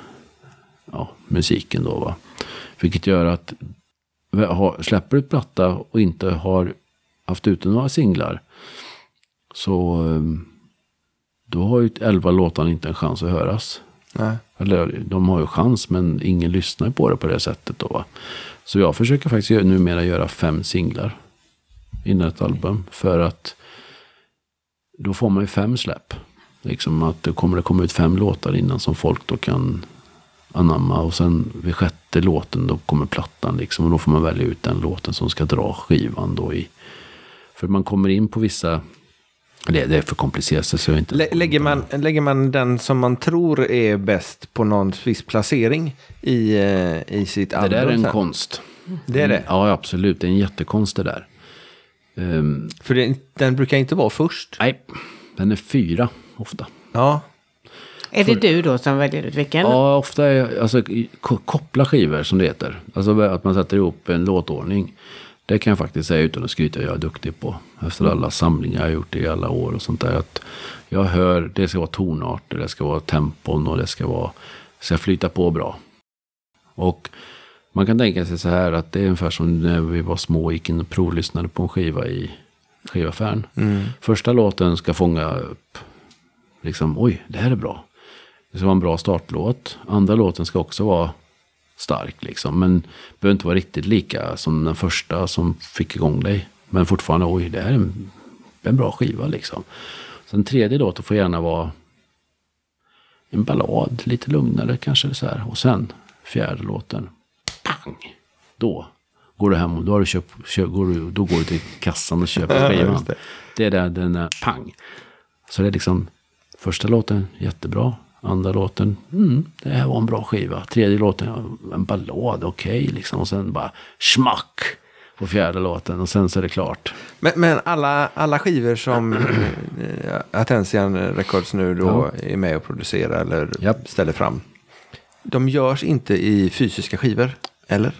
musiken då va. Vilket gör att släpper du ett platta och inte har haft ute några singlar, så då har ju 11 låtar inte en chans att höras. Nej. Eller de har ju chans, men ingen lyssnar på det på det sättet då va. Så jag försöker faktiskt numera göra 5 singlar innan ett album, för att då får man ju 5 släpp. Liksom att det kommer komma ut 5 låtar innan som folk då kan anamma, och sen vid 6:e låten då kommer plattan liksom, och då får man välja ut den låten som ska dra skivan då i. För man kommer in på vissa, det är för komplicerat så jag inte. Lägger man den som man tror är bäst på någon viss placering i sitt album? Det där är en konst. Det är det? Ja, absolut. Det är en jättekonst det där. För den brukar inte vara först? Nej, den är 4 ofta. Ja. Är det du då som väljer ut vilken? Ja, ofta är koppla skivor som det heter. Alltså att man sätter ihop en låtordning. Det kan jag faktiskt säga utan att skryta, jag är duktig på. Efter alla samlingar jag har gjort i alla år och sånt där. Att jag hör, det ska vara tonarter, det ska vara tempon och det ska flyta på bra. Och man kan tänka sig så här att det är ungefär som när vi var små och gick in och provlyssnade på en skiva i skivaffären. Första låten ska fånga upp liksom, oj, det här är bra. Det ska vara en bra startlåt. Andra låten ska också vara stark liksom, men behöver inte vara riktigt lika som den första som fick igång dig. Men fortfarande, oj, det här är en bra skiva liksom. Sen tredje låten får gärna vara en ballad, lite lugnare kanske så här. Och sen fjärde låten, pang! Då går du hem och då har du då går du till kassan och köper skivan. Det är där den är pang. Så det är liksom första låten jättebra. Andra låten, det här var en bra skiva. Tredje låten, en ballad, okej, liksom. Och sen bara schmack på fjärde låten. Och sen så är det klart. Men alla skivor som Attention Records nu då är med och producerar eller ställer fram, de görs inte i fysiska skivor, eller?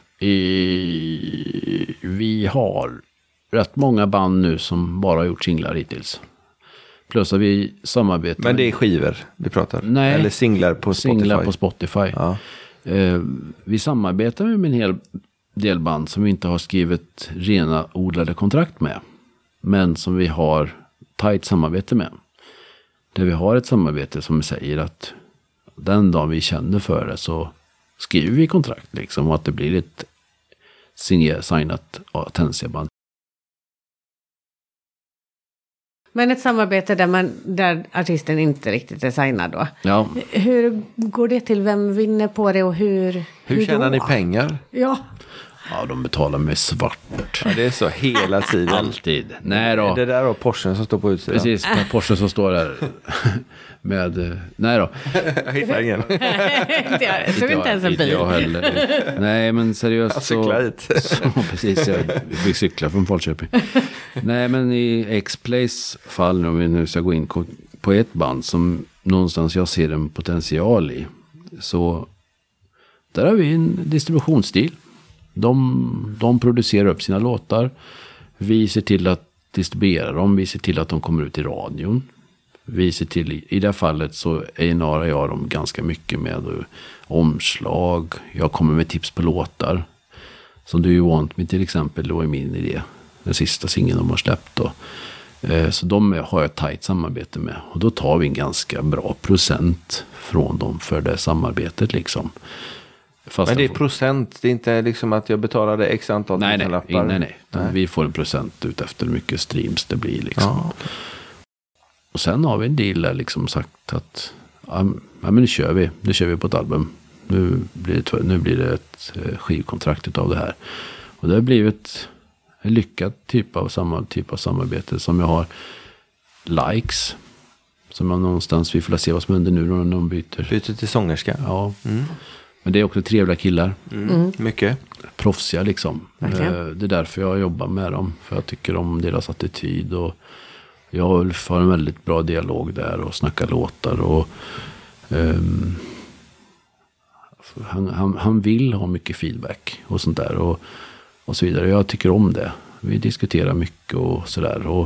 Vi har rätt många band nu som bara har gjort singlar hittills. Plus att vi samarbetar. Men det är skivor vi pratar? Nej. Eller singlar på Spotify? Singlar på Spotify. Ja. Vi samarbetar med en hel del band som vi inte har skrivit rena odlade kontrakt med. Men som vi har tajt samarbete med. Där vi har ett samarbete som säger att den dag vi känner för det så skriver vi kontrakt liksom, och att det blir ett signat Atensia-band. Men ett samarbete där artisten inte riktigt är signad då. Ja. Hur går det till? Vem vinner på det och hur tjänar då? ni pengar? Ja. Ja, de betalar med svart. Ja, det är så hela tiden. Alltid. Nej då. Det där var Porschen som står på utsidan. Precis, Porsche som står där med... Nej då. Jag hittar ingen. Så är inte ens en bil. Jag heller. Nej, men seriöst jag cyklar hit. så precis, jag fick cykla från Falköping. Nej, men i X-Plays fall, om vi nu ska gå in på ett band som någonstans jag ser en potential i, så där har vi en distributionsstil. De producerar upp sina låtar. Vi ser till att distribuera dem. Vi ser till att de kommer ut i radion. Vi ser till, i det här fallet så A&R jag dem ganska mycket med omslag. Jag kommer med tips på låtar. Som Do You Want Me till exempel, då är min idé. Den sista singeln de har släppt då. Så de har jag ett tajt samarbete med. Och då tar vi en ganska bra procent från dem för det samarbetet liksom. Men det är procent, det är inte liksom att jag betalade x antal lappar. Nej. Vi får en procent ut efter hur mycket streams det blir liksom. Ja, okay. Och sen har vi en deal där liksom sagt att ja, men nu kör vi på ett album. Nu blir det ett skivkontrakt av det här. Och det har blivit en lyckad typ av samarbete som jag har likes. Som man någonstans, vi får se vad som händer nu när de byter till sångerska. Ja. Men det är också trevliga killar. Mycket. Proffsiga liksom. Verkligen. Det är därför jag jobbar med dem. För jag tycker om deras attityd. Och jag och Ulf har en väldigt bra dialog där. Och snackar låtar. Och han vill ha mycket feedback. Och sånt där. Och så vidare. Jag tycker om det. Vi diskuterar mycket och sådär. Och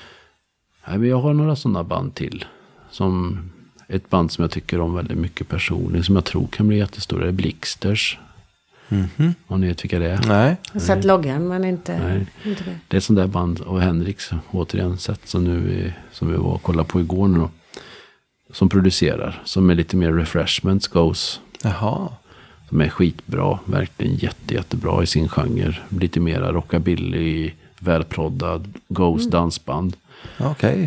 jag har några sådana band till. Som... Ett band som jag tycker om väldigt mycket personligen. Som jag tror kan bli jättestora. Det är Blixters. Om ni vet vilka det är. Nej. Jag har sett loggan men inte det. Det är ett sånt där band. Och Henriks återigen sett. Som vi var och kollade på igår nu då. Som producerar. Som är lite mer refreshments goes. Jaha. Som är skitbra. Verkligen jättebra i sin genre. Lite mera rockabilly. Välproddad. Goes dansband. Okej.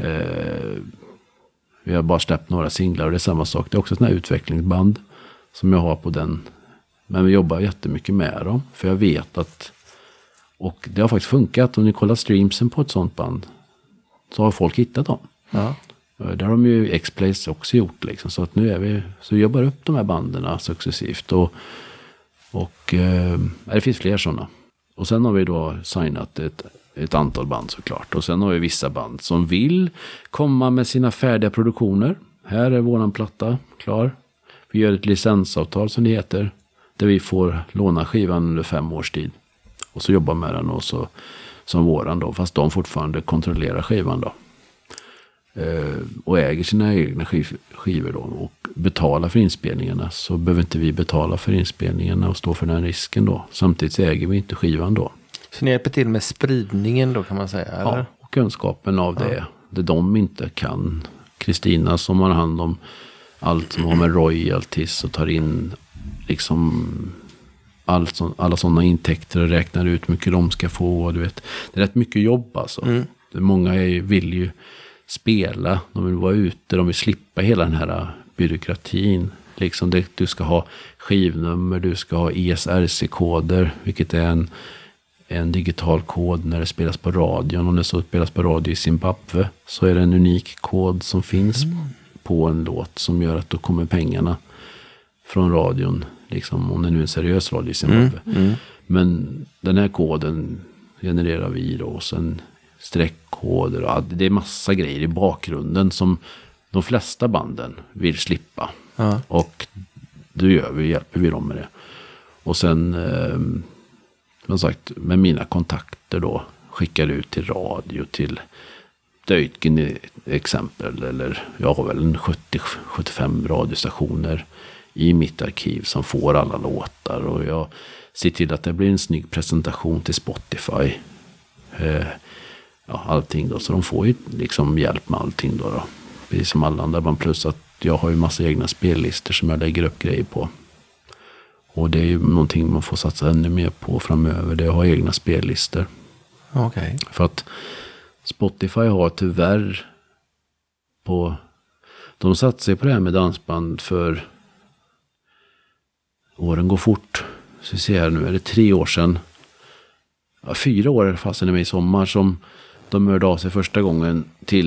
Vi har bara släppt några singlar och det är samma sak. Det är också ett sånt här utvecklingsband som jag har på den. Men vi jobbar jättemycket med dem. För jag vet att, och det har faktiskt funkat. Om ni kollar streamsen på ett sånt band så har folk hittat dem. Ja. Där har de ju X-Plays också gjort liksom. Så att nu så vi jobbar upp de här banderna successivt. Och det finns fler sådana. Och sen har vi då signat ett antal band såklart. Och sen har vi vissa band som vill komma med sina färdiga produktioner. Här är våran platta klar. Vi gör ett licensavtal som det heter. Där vi får låna skivan under 5 års tid. Och så jobbar med den och så, som våran då. Fast de fortfarande kontrollerar skivan då. Och äger sina egna skivor då. Och betalar för inspelningarna. Så behöver inte vi betala för inspelningarna och stå för den risken då. Samtidigt så äger vi inte skivan då. Så ni hjälper till med spridningen då kan man säga? Eller? Ja, och kunskapen av det. Det de inte kan. Kristina som har hand om allt som har med royalties och tar in liksom alla sådana intäkter och räknar ut hur mycket de ska få. Du vet. Det är rätt mycket jobb alltså. Många vill ju spela, de vill vara ute, de vill slippa hela den här byråkratin. Liksom du ska ha skivnummer, du ska ha ISRC-koder, vilket är en digital kod när det spelas på radion. Om det så spelas på radio i Zimbabwe så är det en unik kod som finns på en låt som gör att då kommer pengarna från radion, liksom, om det nu är en seriös radio i Zimbabwe. Men den här koden genererar vi då och sen streckkoder och det är massa grejer i bakgrunden som de flesta banden vill slippa. Och då hjälper vi dem med det. Och sen som sagt, med mina kontakter då skickar ut till radio, till Deutgen exempel, eller jag har väl 70-75 radiostationer i mitt arkiv som får alla låtar och jag ser till att det blir en snygg presentation till Spotify. allting då. Så de får ju liksom hjälp med allting då. Precis som alla andra band. Plus att jag har ju massa egna spellistor som jag lägger upp grejer på. Och det är ju någonting man får satsa ännu mer på framöver. Det är att ha egna spellistor. Okej. För att Spotify har tyvärr de satsar på det här med dansband för åren går fort. Så vi ser här nu, är det 3 år sedan. 4 år fast det med i sommar som de hörde av sig första gången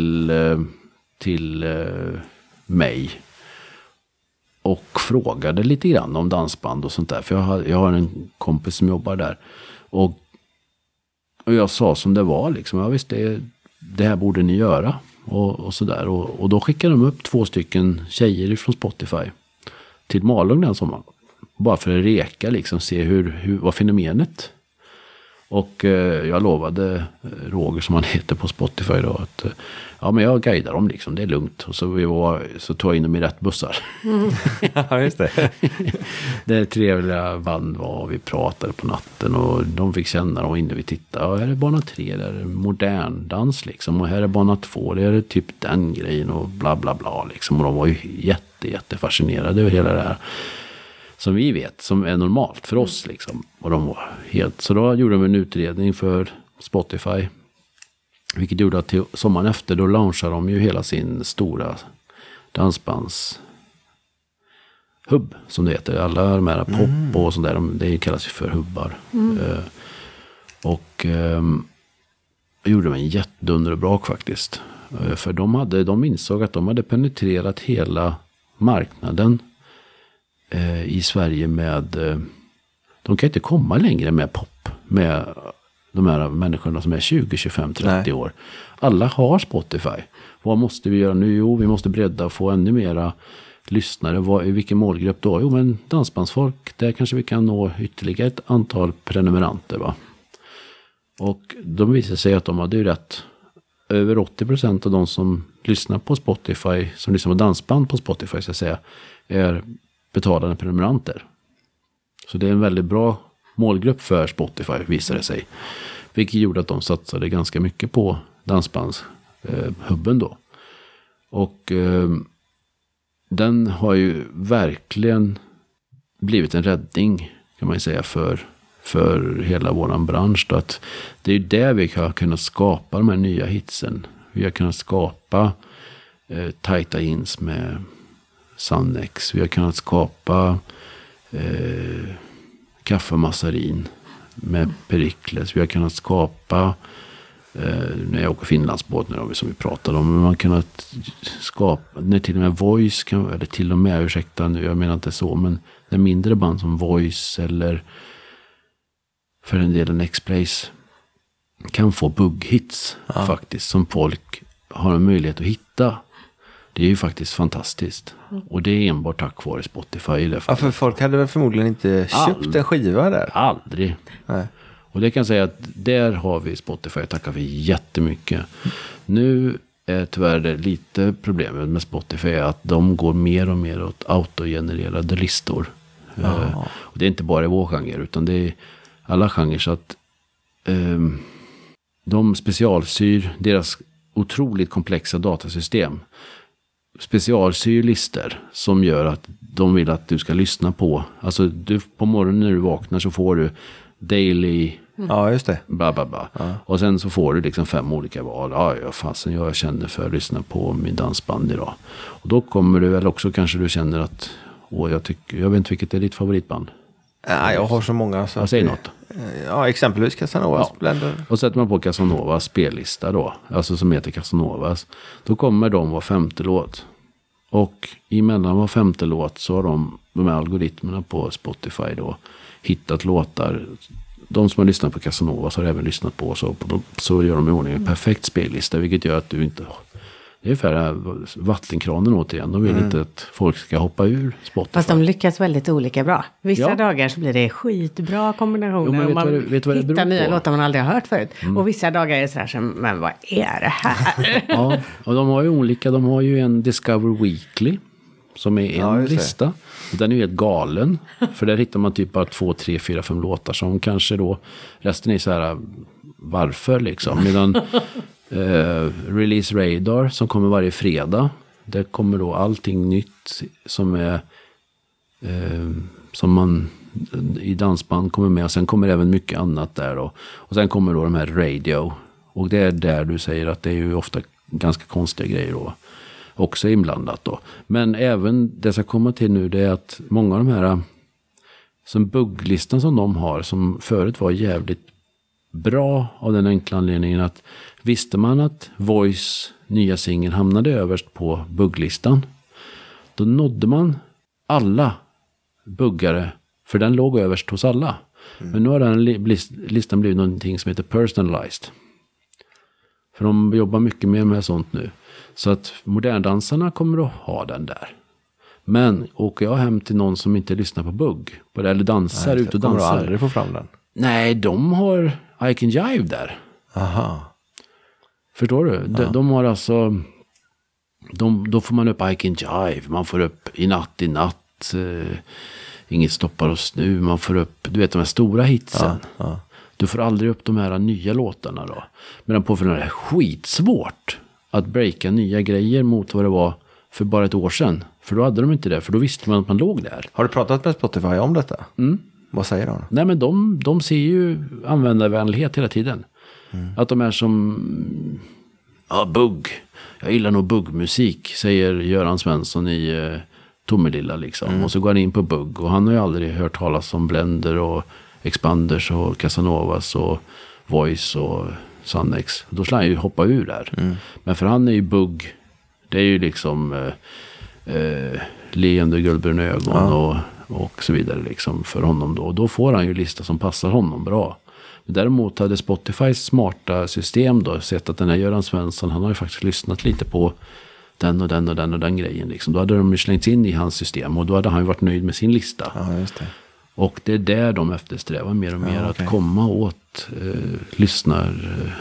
till mig. Och frågade lite grann om dansband och sånt där. För jag har en kompis som jobbar där. Och jag sa som det var liksom. Ja visst, det här borde ni göra. Och sådär. Och då skickade de upp 2 stycken tjejer från Spotify. Till Malung den sommaren. Bara för att reka liksom. Se vad fenomenet. Och jag lovade Roger som han heter på Spotify då att ja men jag guidar dem liksom, det är lugnt. Och så tog jag in dem i rätt bussar. Ja just det. Det är trevliga band var vi pratade på natten och de fick känna dem innan vi tittade. Ja, här är bana 3, där är modern dans liksom. Och här är bana 2, det är typ den grejen och bla bla bla liksom. Och de var ju jättefascinerade över hela det här. Som vi vet, som är normalt för oss liksom. Och de var helt... Så då gjorde de en utredning för Spotify. Vilket gjorde att till sommaren efter då launchade de ju hela sin stora dansbands hubb, som det heter. Alla de här pop och sånt där, det kallas ju för hubbar. Och gjorde de en jättedunderbrak faktiskt. För de insåg att de hade penetrerat hela marknaden i Sverige med de kan inte komma längre med pop med de här människorna som är 20, 25, 30 år. Alla har Spotify. Vad måste vi göra nu? Jo, vi måste bredda och få ännu mera lyssnare. I vilken målgrupp då? Jo, men dansbandsfolk, där kanske vi kan nå ytterligare ett antal prenumeranter, va? Och de visade sig att de hade ju rätt. Över 80% av de som lyssnar på Spotify, som lyssnar på dansband på Spotify så att säga, är betalande prenumeranter. Så det är en väldigt bra målgrupp för Spotify, visade det sig. Vilket gjorde att de satsade ganska mycket på dansbandshubben då. Och den har ju verkligen blivit en räddning, kan man ju säga, för hela våran bransch. Då. Att det är ju där vi har kunnat skapa de här nya hitsen. Vi har kunnat skapa tajta ins med Sannex. Vi har kunnat skapa kaffemassarin med Perikles. Vi har kunnat skapa när jag åker Finlandsbåt nu som vi pratade om. Man har kunnat skapa, när till och med Voice eller till och med, ursäkta nu, jag menar inte så, men det mindre band som Voice eller för en del en X-Place kan få bugghits faktiskt, som folk har en möjlighet att hitta. Det är ju faktiskt fantastiskt. Och det är enbart tack vare Spotify i det fallet. Ja, för folk hade väl förmodligen inte köpt en skiva där? Aldrig. Nej. Och det kan jag säga att där har vi Spotify, tackar vi jättemycket. Nu är tyvärr det lite problemet med Spotify att de går mer och mer åt autogenererade listor. Och det är inte bara i vår genre utan det är alla genrer, så att de specialsyr deras otroligt komplexa datasystem. Specialsyr listor som gör att de vill att du ska lyssna på. Alltså på morgonen när du vaknar så får du daily just det. Bla bla bla. Ja. Och sen så får du liksom 5 olika val. Ja, fasen jag känner för att lyssna på min dansband idag. Och då kommer du, eller också kanske du känner att jag vet inte vilket är ditt favoritband. Nej, jag har så många. Så säg något. Ja, exempelvis Casanovas Blender. Och sätter man på Casanovas spellista då, alltså som heter Casanovas, då kommer de var 5:e låt. Och emellan var 5:e låt så har de här algoritmerna på Spotify då hittat låtar. De som har lyssnat på Casanovas har även lyssnat på, så gör de i ordning en perfekt spellista, vilket gör att du inte... Det är ungefär vattenkranen återigen. De vill inte att folk ska hoppa ur Spotify. Fast de lyckas väldigt olika bra. Vissa dagar så blir det skitbra kombinationer. Jo, man hittar nya på? låtar man aldrig har hört förut. Och vissa dagar är det sådär som, men vad är det här? Ja, och de har ju olika. De har ju en Discover Weekly som är en lista. Den är ju helt galen. För där hittar man typ bara 2, 3, 4, 5 låtar som kanske då, resten är så här varför liksom. Medan Release Radar som kommer varje fredag. Där kommer då allting nytt som är som man i dansband kommer med. Och sen kommer även mycket annat där då. Och sen kommer då de här radio. Och det är där du säger att det är ju ofta ganska konstiga grejer då. Också inblandat då. Men även det som kommer till nu, det är att många av de här som bugglistan som de har, som förut var jävligt bra av den enkla anledningen att visste man att Voice nya singeln hamnade överst på bugglistan, då nådde man alla buggare, för den låg överst hos alla. Men nu har den listan blivit någonting som heter personalized. För de jobbar mycket mer med sånt nu. Så att moderndansarna kommer att ha den där. Men åker jag hem till någon som inte lyssnar på bugg, eller dansar ut och dansar. Kommer du aldrig få fram den? Nej, de har I Can Jive där. Aha. Förstår du? De har alltså... Då får man upp I Can Jive. Man får upp I natt. Inget stoppar oss nu. Man får upp, du vet, de här stora hitsen. Ja. Du får aldrig upp de här nya låtarna då. Medan på för det är skitsvårt att breaka nya grejer mot vad det var för bara ett år sedan. För då hade de inte det. För då visste man att man låg där. Har du pratat med Spotify om detta? Vad säger de? Nej, men de ser ju användarvänlighet hela tiden. Att de är som... Ja, bugg. Jag gillar nog buggmusik, säger Göran Svensson i Tomelilla liksom. Och så går han in på bugg. Och han har ju aldrig hört talas om Blender och Expanders och Casanovas och Voice och Sunnex. Då skulle han ju hoppa ur där. Men för han är ju bugg. Det är ju liksom leende guldbruna ögon och så vidare liksom för honom då. Och då får han ju lista som passar honom bra. Men däremot hade Spotifys smarta system då sett att den här Göran Svensson, han har ju faktiskt lyssnat lite på den och den och den och den grejen liksom. Då hade de ju slängt in i hans system och då hade han ju varit nöjd med sin lista. Ja, just det. Och det är där de eftersträvar mer och mer att komma åt lyssnar.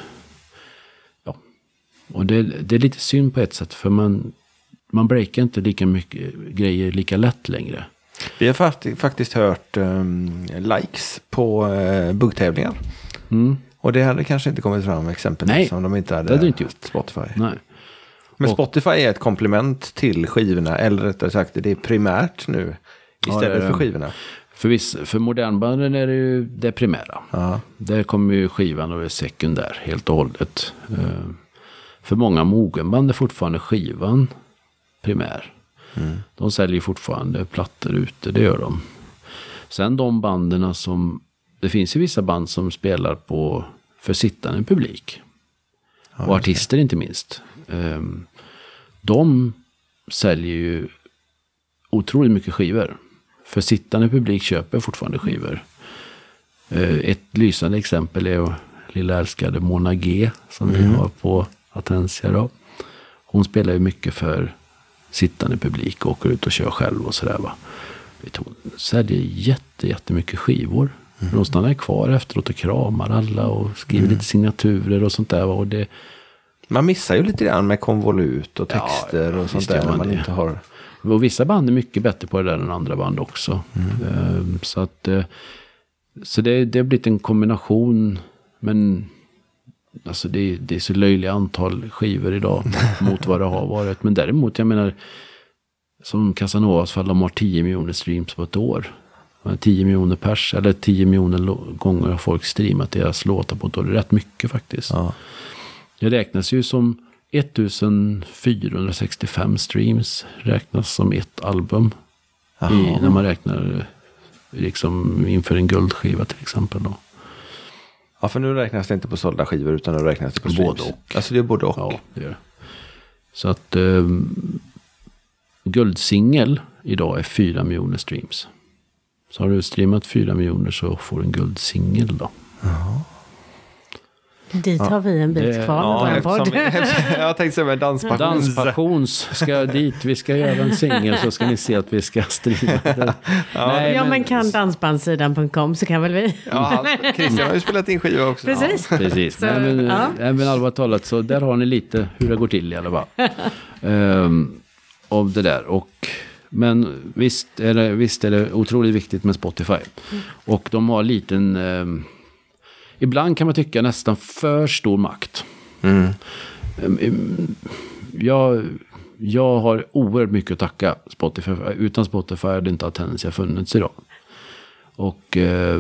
Och det är lite synd på ett sätt, för man breakar inte lika mycket grejer lika lätt längre. Vi har faktiskt hört likes på buggtävlingar. Och det hade kanske inte kommit fram exempel som de inte hade inte gjort. Spotify. Nej. Men Spotify är ett komplement till skivorna, eller rättare sagt det är primärt nu istället för skivorna. För modernbanden är det ju det primära. Ja. Där kommer ju skivan och är sekundär helt och hållet. För många mogenband är fortfarande skivan primär. De säljer fortfarande plattor ute, det gör de. Sen de banden som... Det finns ju vissa band som spelar för sittande publik. Och artister inte minst. De säljer ju otroligt mycket skivor. För sittande publik köper fortfarande skivor. Ett lysande exempel är lilla älskade Mona G som vi har på Atensia då. Hon spelar ju mycket för sittande publik och åker ut och kör själv och sådär va. Hon säljer jättemycket skivor. De stannar kvar efteråt och kramar alla och skriver lite signaturer och sånt där va. Och man missar ju lite grann med konvolut och texter och sånt där man inte har. Och vissa band är mycket bättre på det där än andra band också. Så att så det har blivit en kombination, men alltså det är så löjliga antal skivor idag mot vad det har varit. Men däremot, jag menar, som Casanovas fall, de har 10 miljoner streams på ett år. 10 miljoner pers, eller 10 miljoner gånger har folk streamat deras låtar på ett år. Det är rätt mycket faktiskt. Ja. Det räknas ju som 1465 streams räknas som ett album. När man räknar liksom inför en guldskiva till exempel då. Ja, för nu räknas det inte på sålda skivor utan nu räknas det på streams. Både och. Alltså det är både och. Ja, det är det. Så att guldsingel idag är 4 miljoner streams. Så har du streamat 4 miljoner så får du en guldsingel då. Ja. Dit har vi en bit kvar med vår podd. Jag tänkte säga med Danspassions ska dit. Vi ska göra en singel så ska ni se att vi ska streama den. Men kan dansbandsidan.com så kan väl vi. Ja, Christian har ju spelat in skiva också. Precis. Så, men allvarligt talat så där har ni lite hur det går till i alla fall. Av det där. Men visst är det otroligt viktigt med Spotify. Och de har liten... ibland kan man tycka nästan för stor makt. Jag har oerhört mycket att tacka Spotify. Utan Spotify hade inte Attensia funnits idag. Och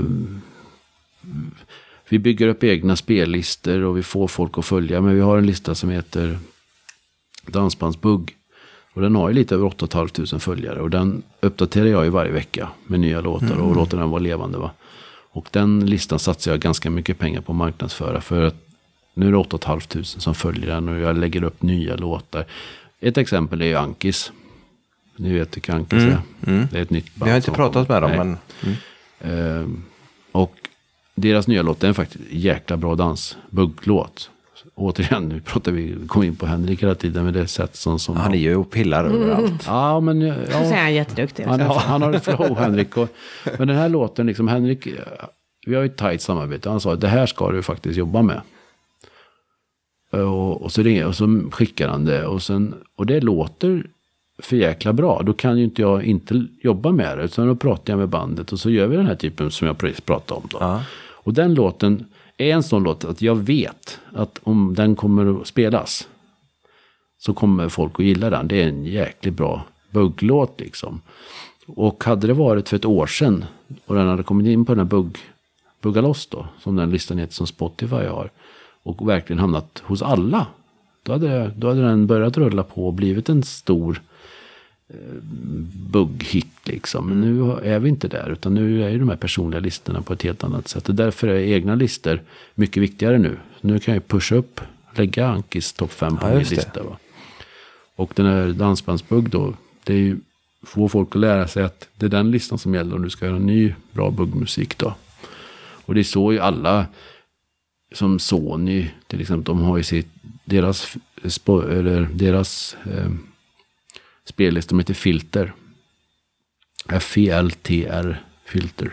vi bygger upp egna spellistor och vi får folk att följa. Men vi har en lista som heter Dansbandsbugg. Och den har ju lite över 8 500 följare. Och den uppdaterar jag ju varje vecka med nya låtar och låter den vara levande, va. Och den listan satsar jag ganska mycket pengar på att marknadsföra. För att nu är det 8 500 som följer den och jag lägger upp nya låtar. Ett exempel är ju Ankis. Ni vet vilka Ankis är. Det är ett nytt band. Vi har inte pratat med dem. Men... Och deras nya låt är en faktiskt jäkla bra dansbugglåt. Återigen, nu kom in på Henrik hela tiden med det sätt som han är ju och pillar överallt. Ja, men... Ja, så är han jätteduktig. Han har ett flow, Henrik. Men den här låten, liksom, Henrik... Vi har ju ett tajt samarbete. Han sa att det här ska du faktiskt jobba med. Och så ringer och så skickar han det. Och det låter för jäkla bra. Då kan ju inte jag inte jobba med det. Utan då pratar jag med bandet. Och så gör vi den här typen som jag precis pratade om då. Och den låten är en sån låt att jag vet att om den kommer att spelas så kommer folk att gilla den. Det är en jäkligt bra bugglåt liksom. Och hade det varit för ett år sedan och den hade kommit in på den här Bugga loss då, som den listan heter som Spotify har, och verkligen hamnat hos alla, då hade den börjat rulla på och blivit en stor bugghit liksom. Men nu är vi inte där, utan nu är ju de här personliga listorna på ett helt annat sätt. Och därför är egna listor mycket viktigare nu. Nu kan jag pusha upp, lägga Ankis topp 5 på min lista. Va? Och den här dansbandsbugg då, det är ju få folk att lära sig att det är den listan som gäller om du ska göra en ny bra buggmusik då. Och det är så ju alla, som Sony till exempel, de har ju deras spellista, de heter Filter. FILTR Filter.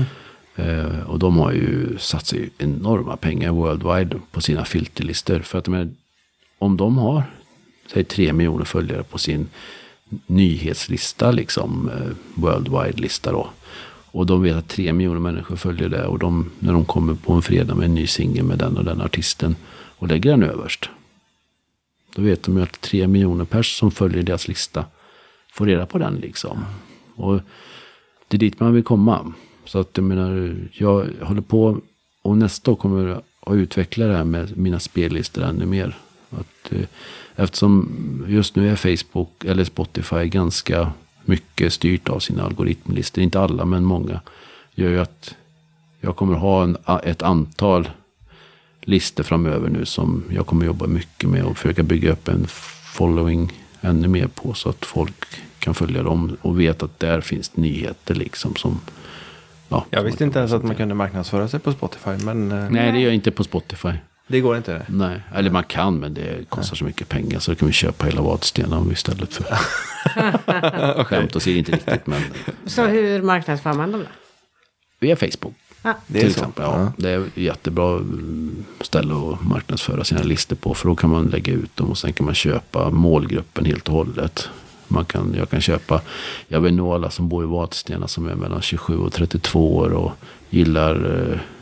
Och de har ju satsat enorma pengar worldwide på sina filterlistor. För att om de har, säg 3 miljoner följare på sin nyhetslista liksom, worldwide-lista då. Och de vet att 3 miljoner människor följer det. Och när de kommer på en fredag med en ny singel med den och den artisten och lägger den överst, då vet de ju att 3 miljoner pers som följer deras lista får reda på den liksom. Och det är dit man vill komma. Så att jag håller på, och nästa år kommer jag att utveckla det här med mina spellistor ännu mer. Eftersom just nu är Facebook eller Spotify ganska mycket styrt av sina algoritmlistor. Inte alla, men många. Gör ju att jag kommer ha ett antal listor framöver nu som jag kommer jobba mycket med och försöka bygga upp en following ännu mer på, så att folk kan följa dem och vet att där finns nyheter liksom som... Ja, jag visste inte ens att man kunde marknadsföra sig på Spotify, men... Nej, det gör inte på Spotify. Det går inte det? Nej, eller man kan, men det kostar så mycket pengar så då kan vi köpa hela Vadstena istället för... Skämt och säger inte riktigt, men... Så hur marknadsför man dem då? Via Facebook. Det till exempel. Ja, det är ett jättebra ställe att marknadsföra sina listor på, för då kan man lägga ut dem och sen kan man köpa målgruppen helt och hållet. Jag kan köpa, jag vill nå alla som bor i Vadstena som är mellan 27 och 32 år och gillar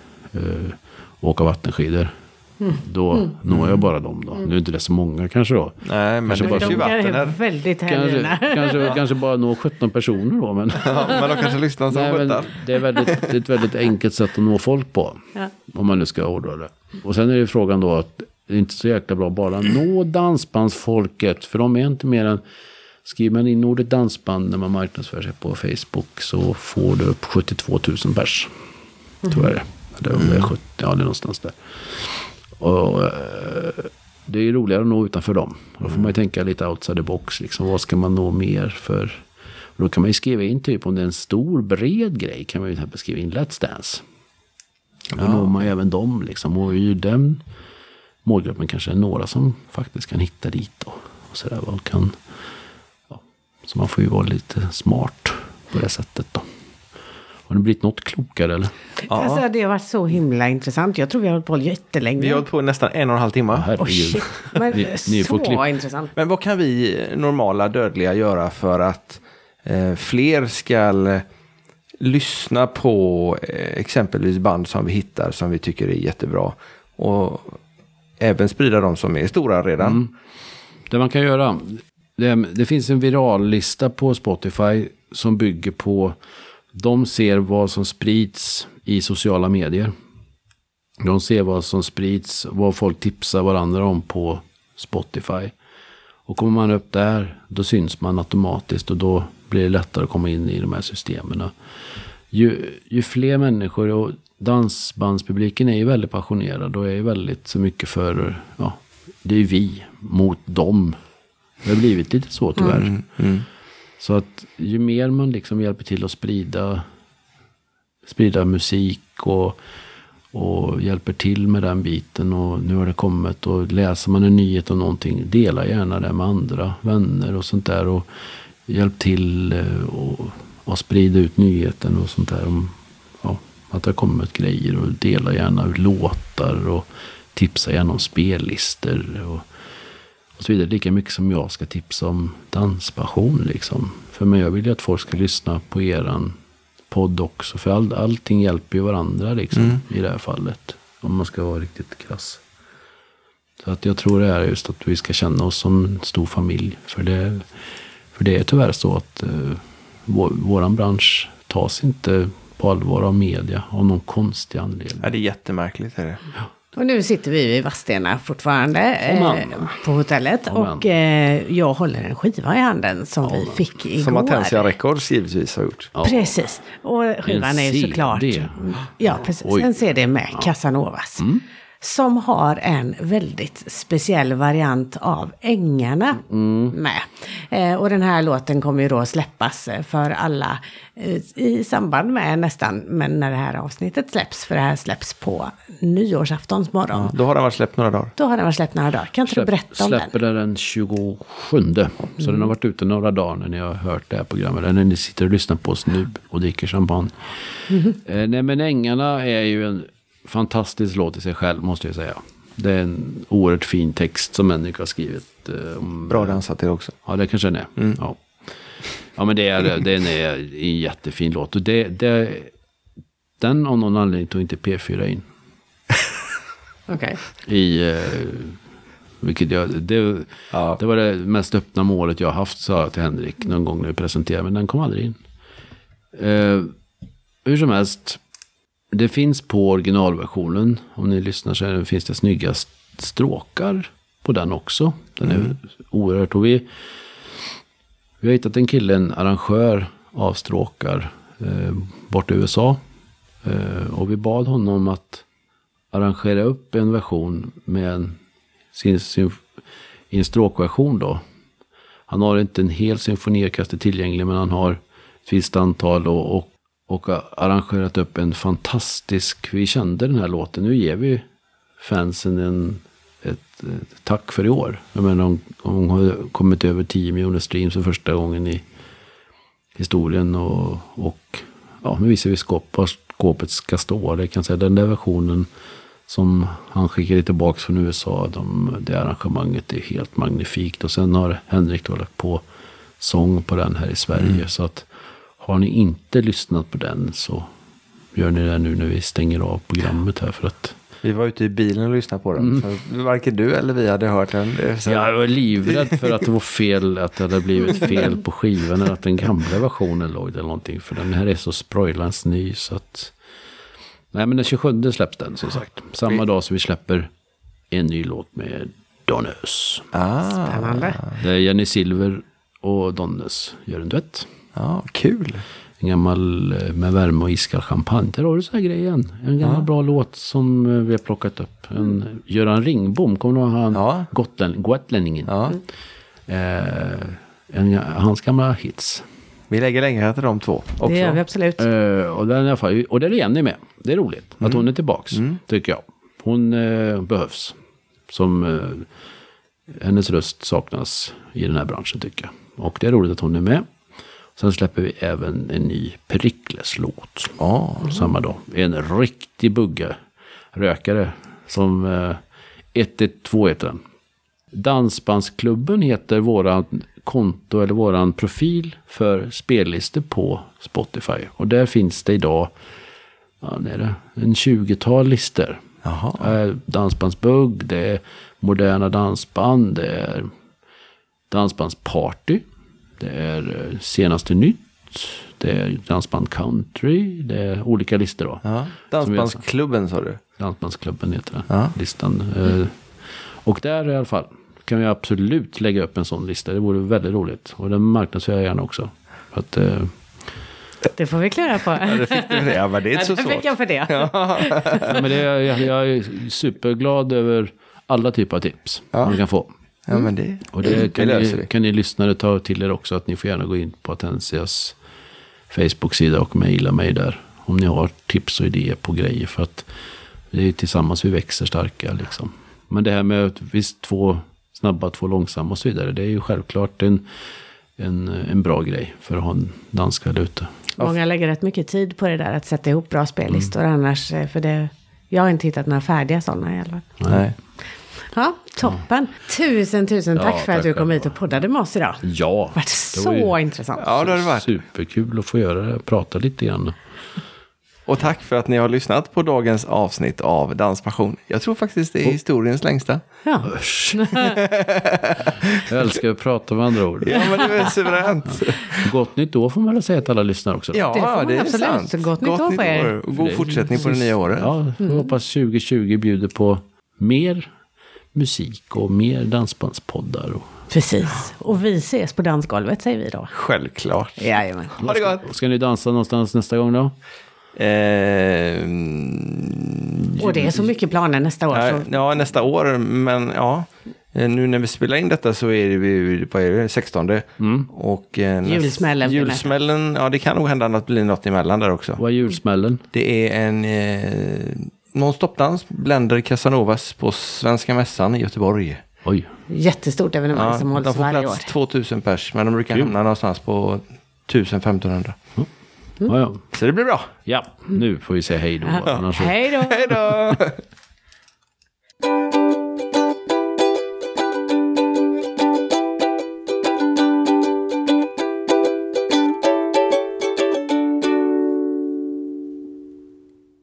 åka vattenskidor. Då når jag bara dem då. Nu är inte det så många kanske då. Nej, men kanske det finns ju vatten här. Väldigt kanske bara nå 17 personer då. Men, men de kanske lyssnar som skjutar. Det är ett väldigt enkelt sätt att nå folk på. Ja. Om man nu ska ordra det. Och sen är det frågan då att det är inte så jäkla bra bara nå dansbandsfolket. För de är inte mer än... Skriver man in ordet dansband när man marknadsför sig på Facebook så får du upp 72 000 pers. Tror jag det. Eller om det är 70, ja, det är någonstans där. Och det är roligare att nå utanför dem. Då får man ju tänka lite outside the box. Liksom, vad ska man nå mer för? Och då kan man ju skriva in typ om det är en stor bred grej kan man ju till exempel skriva in Let's Dance. Då når man ju även dem liksom. Och i den målgruppen kanske är några som faktiskt kan hitta dit då. Och sådär, vad kan... Så man får ju vara lite smart på det sättet då. Har det blivit något klokare eller? Ja. Alltså, det har varit så himla intressant. Jag tror vi har hållit på jättelänge. Vi har hållit på nästan 1,5 timmar. Men ni så intressant. Men vad kan vi normala dödliga göra för att fler ska lyssna på exempelvis band som vi hittar som vi tycker är jättebra? Och även sprida de som är stora redan. Det man kan göra, det finns en virallista på Spotify som bygger på, de ser vad som sprids i sociala medier. De ser vad som sprids, vad folk tipsar varandra om på Spotify. Och kommer man upp där, då syns man automatiskt och då blir det lättare att komma in i de här systemen. Ju fler människor, och dansbandspubliken är ju väldigt passionerad och är väldigt så mycket för, det är vi mot dem. Det har blivit lite så tyvärr. Så att ju mer man liksom hjälper till att sprida musik och hjälper till med den biten, och nu har det kommit, och läser man en nyhet om någonting, dela gärna det med andra vänner och sånt där, och hjälp till och sprida ut nyheten och sånt där om att det har kommit grejer, och dela gärna låtar och tipsa gärna om spellistor och så vidare. Lika mycket som jag ska tipsa om danspassion liksom. För mig, jag vill ju att folk ska lyssna på eran podd också, för allting hjälper ju varandra liksom i det här fallet, om man ska vara riktigt krass. Så att jag tror det är just att vi ska känna oss som en stor familj, för det är tyvärr så att våran bransch tas inte på allvar av media av någon konstig anledning. Ja, det är jättemärkligt är det. Ja. Och nu sitter vi i Vadstena fortfarande på hotellet. Och jag håller en skiva i handen som vi fick igår. Som Atensia Records givetvis har gjort. Ja. Precis. Och skivan är ju såklart... Ja, precis. En CD med Casanovas. Som har en väldigt speciell variant av Ängarna med. Och den här låten kommer ju då släppas för alla i samband med nästan, men när det här avsnittet släpps, för det här släpps på nyårsaftons morgon. Ja, då har den varit släppt några dagar. Kan inte du berätta om den? Släpper den 27. Så den har varit ute några dagar när ni har hört det här programmet. Eller när ni sitter och lyssnar på oss nu och dricker champagne. Nej, men Ängarna är ju en fantastisk låt i sig själv, måste jag säga. Det är en oerhört fin text som människor har skrivit. Bra dansat till också. Ja, det kanske den är. Ja, men den är en jättefin låt. Och den av någon anledning tog inte P4 in. Okej. Vilket det var det mest öppna målet jag har haft, sa jag till Henrik någon gång när vi presenterade, men den kom aldrig in. Hur som helst, det finns på originalversionen, om ni lyssnar så finns det snygga stråkar på den också. Den är oerhört, och vi har hittat en kille, en arrangör av stråkar bort i USA. Och vi bad honom att arrangera upp en version med en stråkversion då. Han har inte en hel symfoniorkester tillgänglig, men han har ett visst antal och arrangerat upp en fantastisk, vi kände den här låten, nu ger vi fansen ett tack för i år. Jag menar, hon har kommit över 10 miljoner streams för första gången i historien, och nu visar vi skåpet ska stå. Det kan säga den där versionen som han skickade tillbaka från USA, det arrangemanget är helt magnifikt, och sen har Henrik då lagt på sång på den här i Sverige, så att har ni inte lyssnat på den så gör ni det nu när vi stänger av programmet här, för att vi var ute i bilen och lyssnade på den. Så varken du eller vi hade hört den. Jag var livrädd för att det var fel, att det hade blivit fel på skivan, eller att den gamla versionen låg eller någonting. För den här är så sproilans ny, så att... Nej, men den 27 släpps den, som sagt. Samma dag som vi släpper en ny låt med Donnes. Spännande. Det är Jenny Silver och Donnes gör en duett. Ja, kul. En gammal med värme och iskall champagne. Där har du så här grejen. En gammal bra låt som vi har plockat upp. Göran Ringbom, kommer du ihåg han? Gotlänningen. Ja. Hans gamla hits. Vi lägger längre till de två också. Det gör vi absolut. Och det är Jenny med. Det är roligt att hon är tillbaks, tycker jag. Hon behövs. Hennes röst saknas i den här branschen, tycker jag. Och det är roligt att hon är med. Sen släpper vi även en ny Perikles-låt. Samma dag. En riktig rökare som 112 heter den. Dansbandsklubben heter våran konto eller våran profil för spellistor på Spotify. Och där finns det idag en 20-tal listor. Dansbandsbugg, det är moderna dansband, det är dansbandsparty, det är senaste nytt, det är dansband country, det är olika listor då. Ja. Dansbandsklubben sa du? Dansbandsklubben heter det, listan. Och där i alla fall kan vi absolut lägga upp en sån lista. Det vore väldigt roligt. Och den marknadsför jag gärna också. För att, det får vi klara på. Ja, det fick du för det. Ja, men det är inte så svårt. Fick jag för det. Ja, men jag är superglad över alla typer av tips man kan få. Ja, men det, och det kan ni lyssnare ta till er också, att ni får gärna gå in på Atensias Facebook-sida och mejla mig där om ni har tips och idéer på grejer, för att det är tillsammans vi växer starka liksom. Men det här med visst 2 snabba, 2 långsamma och så vidare, det är ju självklart en bra grej för att ha en danskväll ute. Många lägger rätt mycket tid på det där, att sätta ihop bra spellistor annars, för det, jag har inte hittat några färdiga sådana i alla fall. Nej. Ja, toppen. Tusen tack för att du kom hit och poddade med oss idag. Ja. Det har varit så intressant. Ja, det har det varit. Superkul att få göra det, prata lite grann. Och tack för att ni har lyssnat på dagens avsnitt av Danspassion. Jag tror faktiskt det är historiens längsta. Ja. Jag älskar att prata med andra ord. Ja, men det är suveränt. Gott nytt år får man väl säga till alla lyssnare också. Ja, det är absolut. sant. Gott nytt år på er. Och god fortsättning på det nya året. Ja, jag hoppas 2020 bjuder på mer musik och mer dansbandspoddar. Precis. Och vi ses på dansgolvet, säger vi då. Självklart. Jajamän. Ha det gott. Ska ni dansa någonstans nästa gång då? Och det är så mycket planer nästa år. Så. Ja, nästa år. Men ja, nu när vi spelar in detta så är det, vad är det, 16. Och julsmällen. Julsmällen, ja det kan nog hända att det blir något emellan där också. Vad är julsmällen? Det är en non-stop-dans, Blender Casanovas på Svenska Mässan i Göteborg. Oj. Jättestort evenemang som hålls varje år. De får plats 2000 pers, men de brukar hamna någonstans på 1500. Ja. Så det blir bra. Ja, nu får vi säga hej då. Hej då. Hej då!